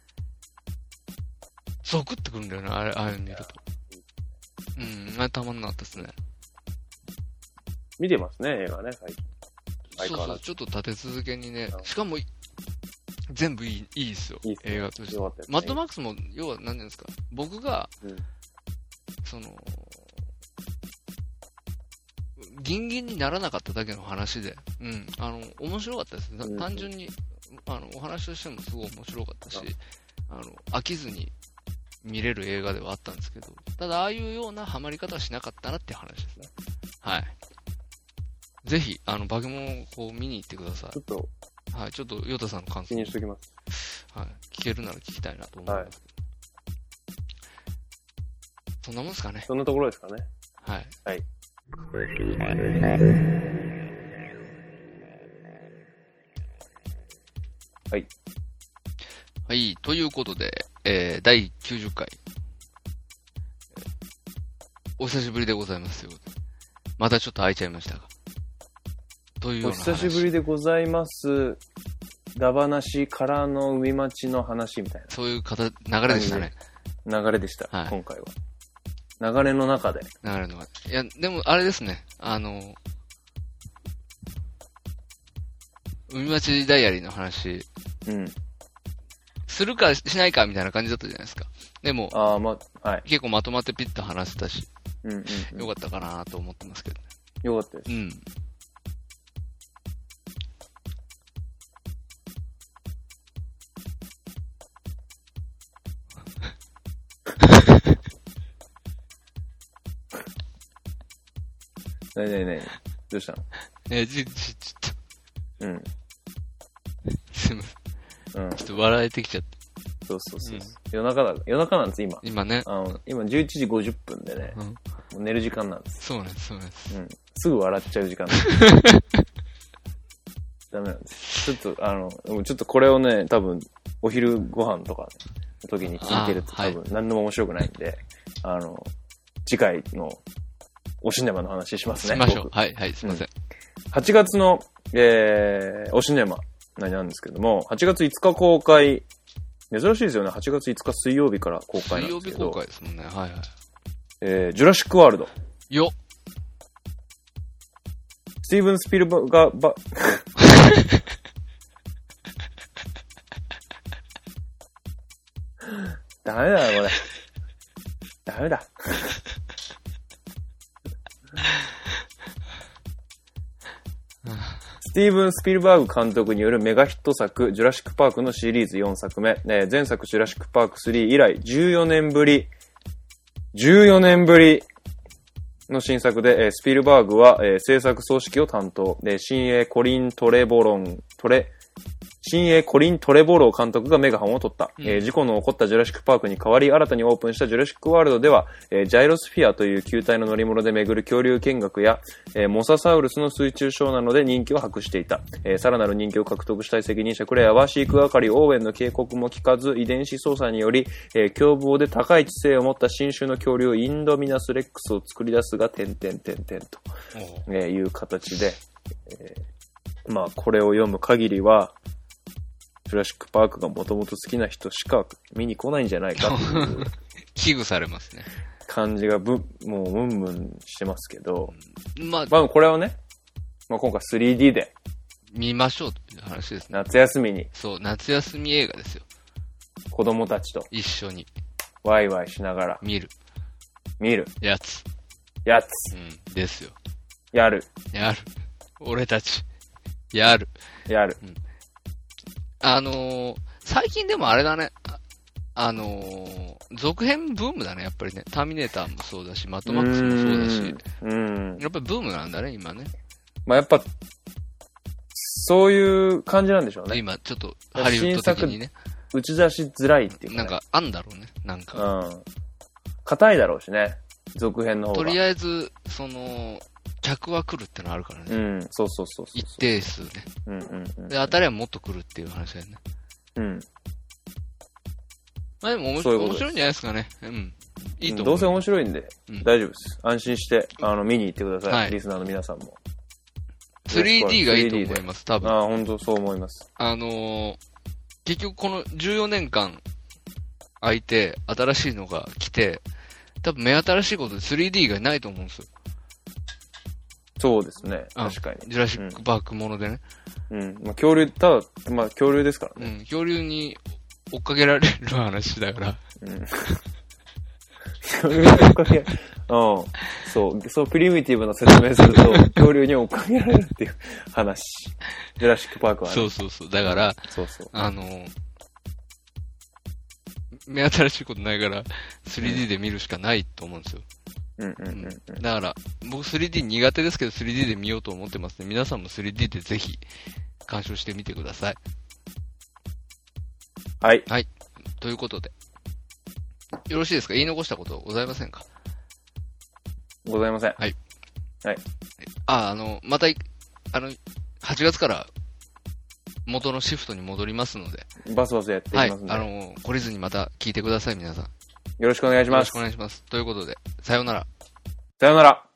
ゾクってくるんだよね、ああいうの見ると。あれたまんなかったですね。 見てますね、映画ね、最近。 相変わらず。 ちょっと立て続けにね、しかも、全部いいですよ。 いいっすね映画として。 よかったですねマッドマックスも、要は何ていうんですか、僕が、ギンギンにならなかっただけの話で、面白かったですね。単純に、お話としてもすごい面白かったし、飽きずに見れる映画ではあったんですけど、ただ、ああいうようなハマり方はしなかったなっていう話ですね。はい。ぜひ、化け物をこう見に行ってください。 ちょっと、 はい、ちょっと、ヨタさんの感想。 気にしときます。 はい。聞けるなら聞きたいなと思います。そんなもんですかね。 そんなところですかね。 はい。 はい。はい。 はい。ということで、第90回。お久しぶりでございますよ。またちょっと空いちゃいましたが。というような話。 お久しぶりでございます。ダバなしからの海町の話みたいな。 そういう流れでしたね。 流れでした、 はい、 今回は。流れの中で。 流れの中で。いや、でもあれですね。海町ダイアリーの話。 うん。 するかしないかみたいな感じだったじゃないですか。でも、 はい。 結構まとまってピッと話せたし。 うんうん、うん。 よかったかなと思ってますけどね。 よかったです。 うん。 ねえ、どうしたの？ ちょっと。 うん。 すいません。ちょっと笑えてきちゃって。 そう。夜中なんです、今。 今ね。 今11時50分でね、もう寝る時間なんです。 そうなんです。 すぐ笑っちゃう時間なんです。ダメなんです。ちょっとこれをね、多分、お昼ご飯とかの時に聞いてると多分何でも面白くないんで、次回のおシネマの話しますね。 しましょう。はい、すいません。 8月の、おシネマなんですけども、8月5日公開、珍しいですよね。8月5日水曜日から公開なんですけど。 水曜日公開ですもんね。はい。 ジュラシックワールド。 よスティーブン・スピルバーが、ダメだよ、これ。ダメだ。スティーブン・スピルバーグ監督によるメガヒット作、ジュラシック・パークのシリーズ4作目、前作ジュラシック・パーク3以来14年ぶりの新作で、スピルバーグは、制作総指揮を担当、新鋭コリン・トレボロー監督がメガホンを取った。事故の起こったジュラシックパークに代わり新たにオープンしたジュラシックワールドでは、ジャイロスフィアという球体の乗り物で巡る恐竜見学や、モササウルスの水中ショーなどで人気を博していた。さらなる人気を獲得したい責任者クレアは飼育係オーウェンの警告も聞かず遺伝子操作により、凶暴で高い知性を持った新種の恐竜インドミナスレックスを作り出すが、という形で、まあこれを読む限りは、ジュラシックパークがもともと好きな人しか見に来ないんじゃないかっていう危惧されますね。 感じがもうムンムンしてますけど、 まあこれをね、今回 3D で見ましょうっていう話ですね。 夏休みに。 そう、夏休み映画ですよ。 子供たちと一緒にワイワイしながら見るやつ。ですよ。 やる。 俺たちやる。最近でもあれだね。続編ブームだね、やっぱりね。ターミネーターもそうだし、マッドマックスもそうだし。やっぱりブームなんだね、今ね。 まあやっぱ、そういう感じなんでしょうね。 今、ちょっと、ハリウッド的にね。 打ち出しづらいっていうか、ね。 なんか、あんだろうね、なんか。 硬いだろうしね。続編の方が。 とりあえず、客は来るってのあるからね。 そう。 一定数ね。で、当たりはもっと来るっていう話だよね。まあでも面白いんじゃないですかね。いいと思う。 どうせ面白いんで、大丈夫です。安心して、見に行ってください。リスナーの皆さんも。 3D がいいと思います、多分。 本当そう思います。 結局この14年間空いて、新しいのが来て、多分目新しいことで 3D がないと思うんですよ。 そうですね。確かに。 ジュラシックパークものでね。 うん。まあ、恐竜、ただ、まあ、恐竜ですからね。 うん。恐竜に追っかけられる話だから。 うん。恐竜に追っかけ、そう、プリミティブな説明すると、恐竜に追っかけられるっていう話。ジュラシックパークはね。 そう。だから、目新しいことないから、3D で見るしかないと思うんですよ。だから、僕 3D 苦手ですけど 3D で見ようと思ってますね。皆さんも 3D でぜひ鑑賞してみてください。 はい。 はい。ということで。よろしいですか？言い残したことございませんか？ ございません。 はい。 はい。 また、8月から元のシフトに戻りますので。 バスバスやっていきますね。 はい。懲りずにまた聞いてください、皆さん。 よろしくお願いします。 よろしくお願いします。ということで、さようなら。 さようなら。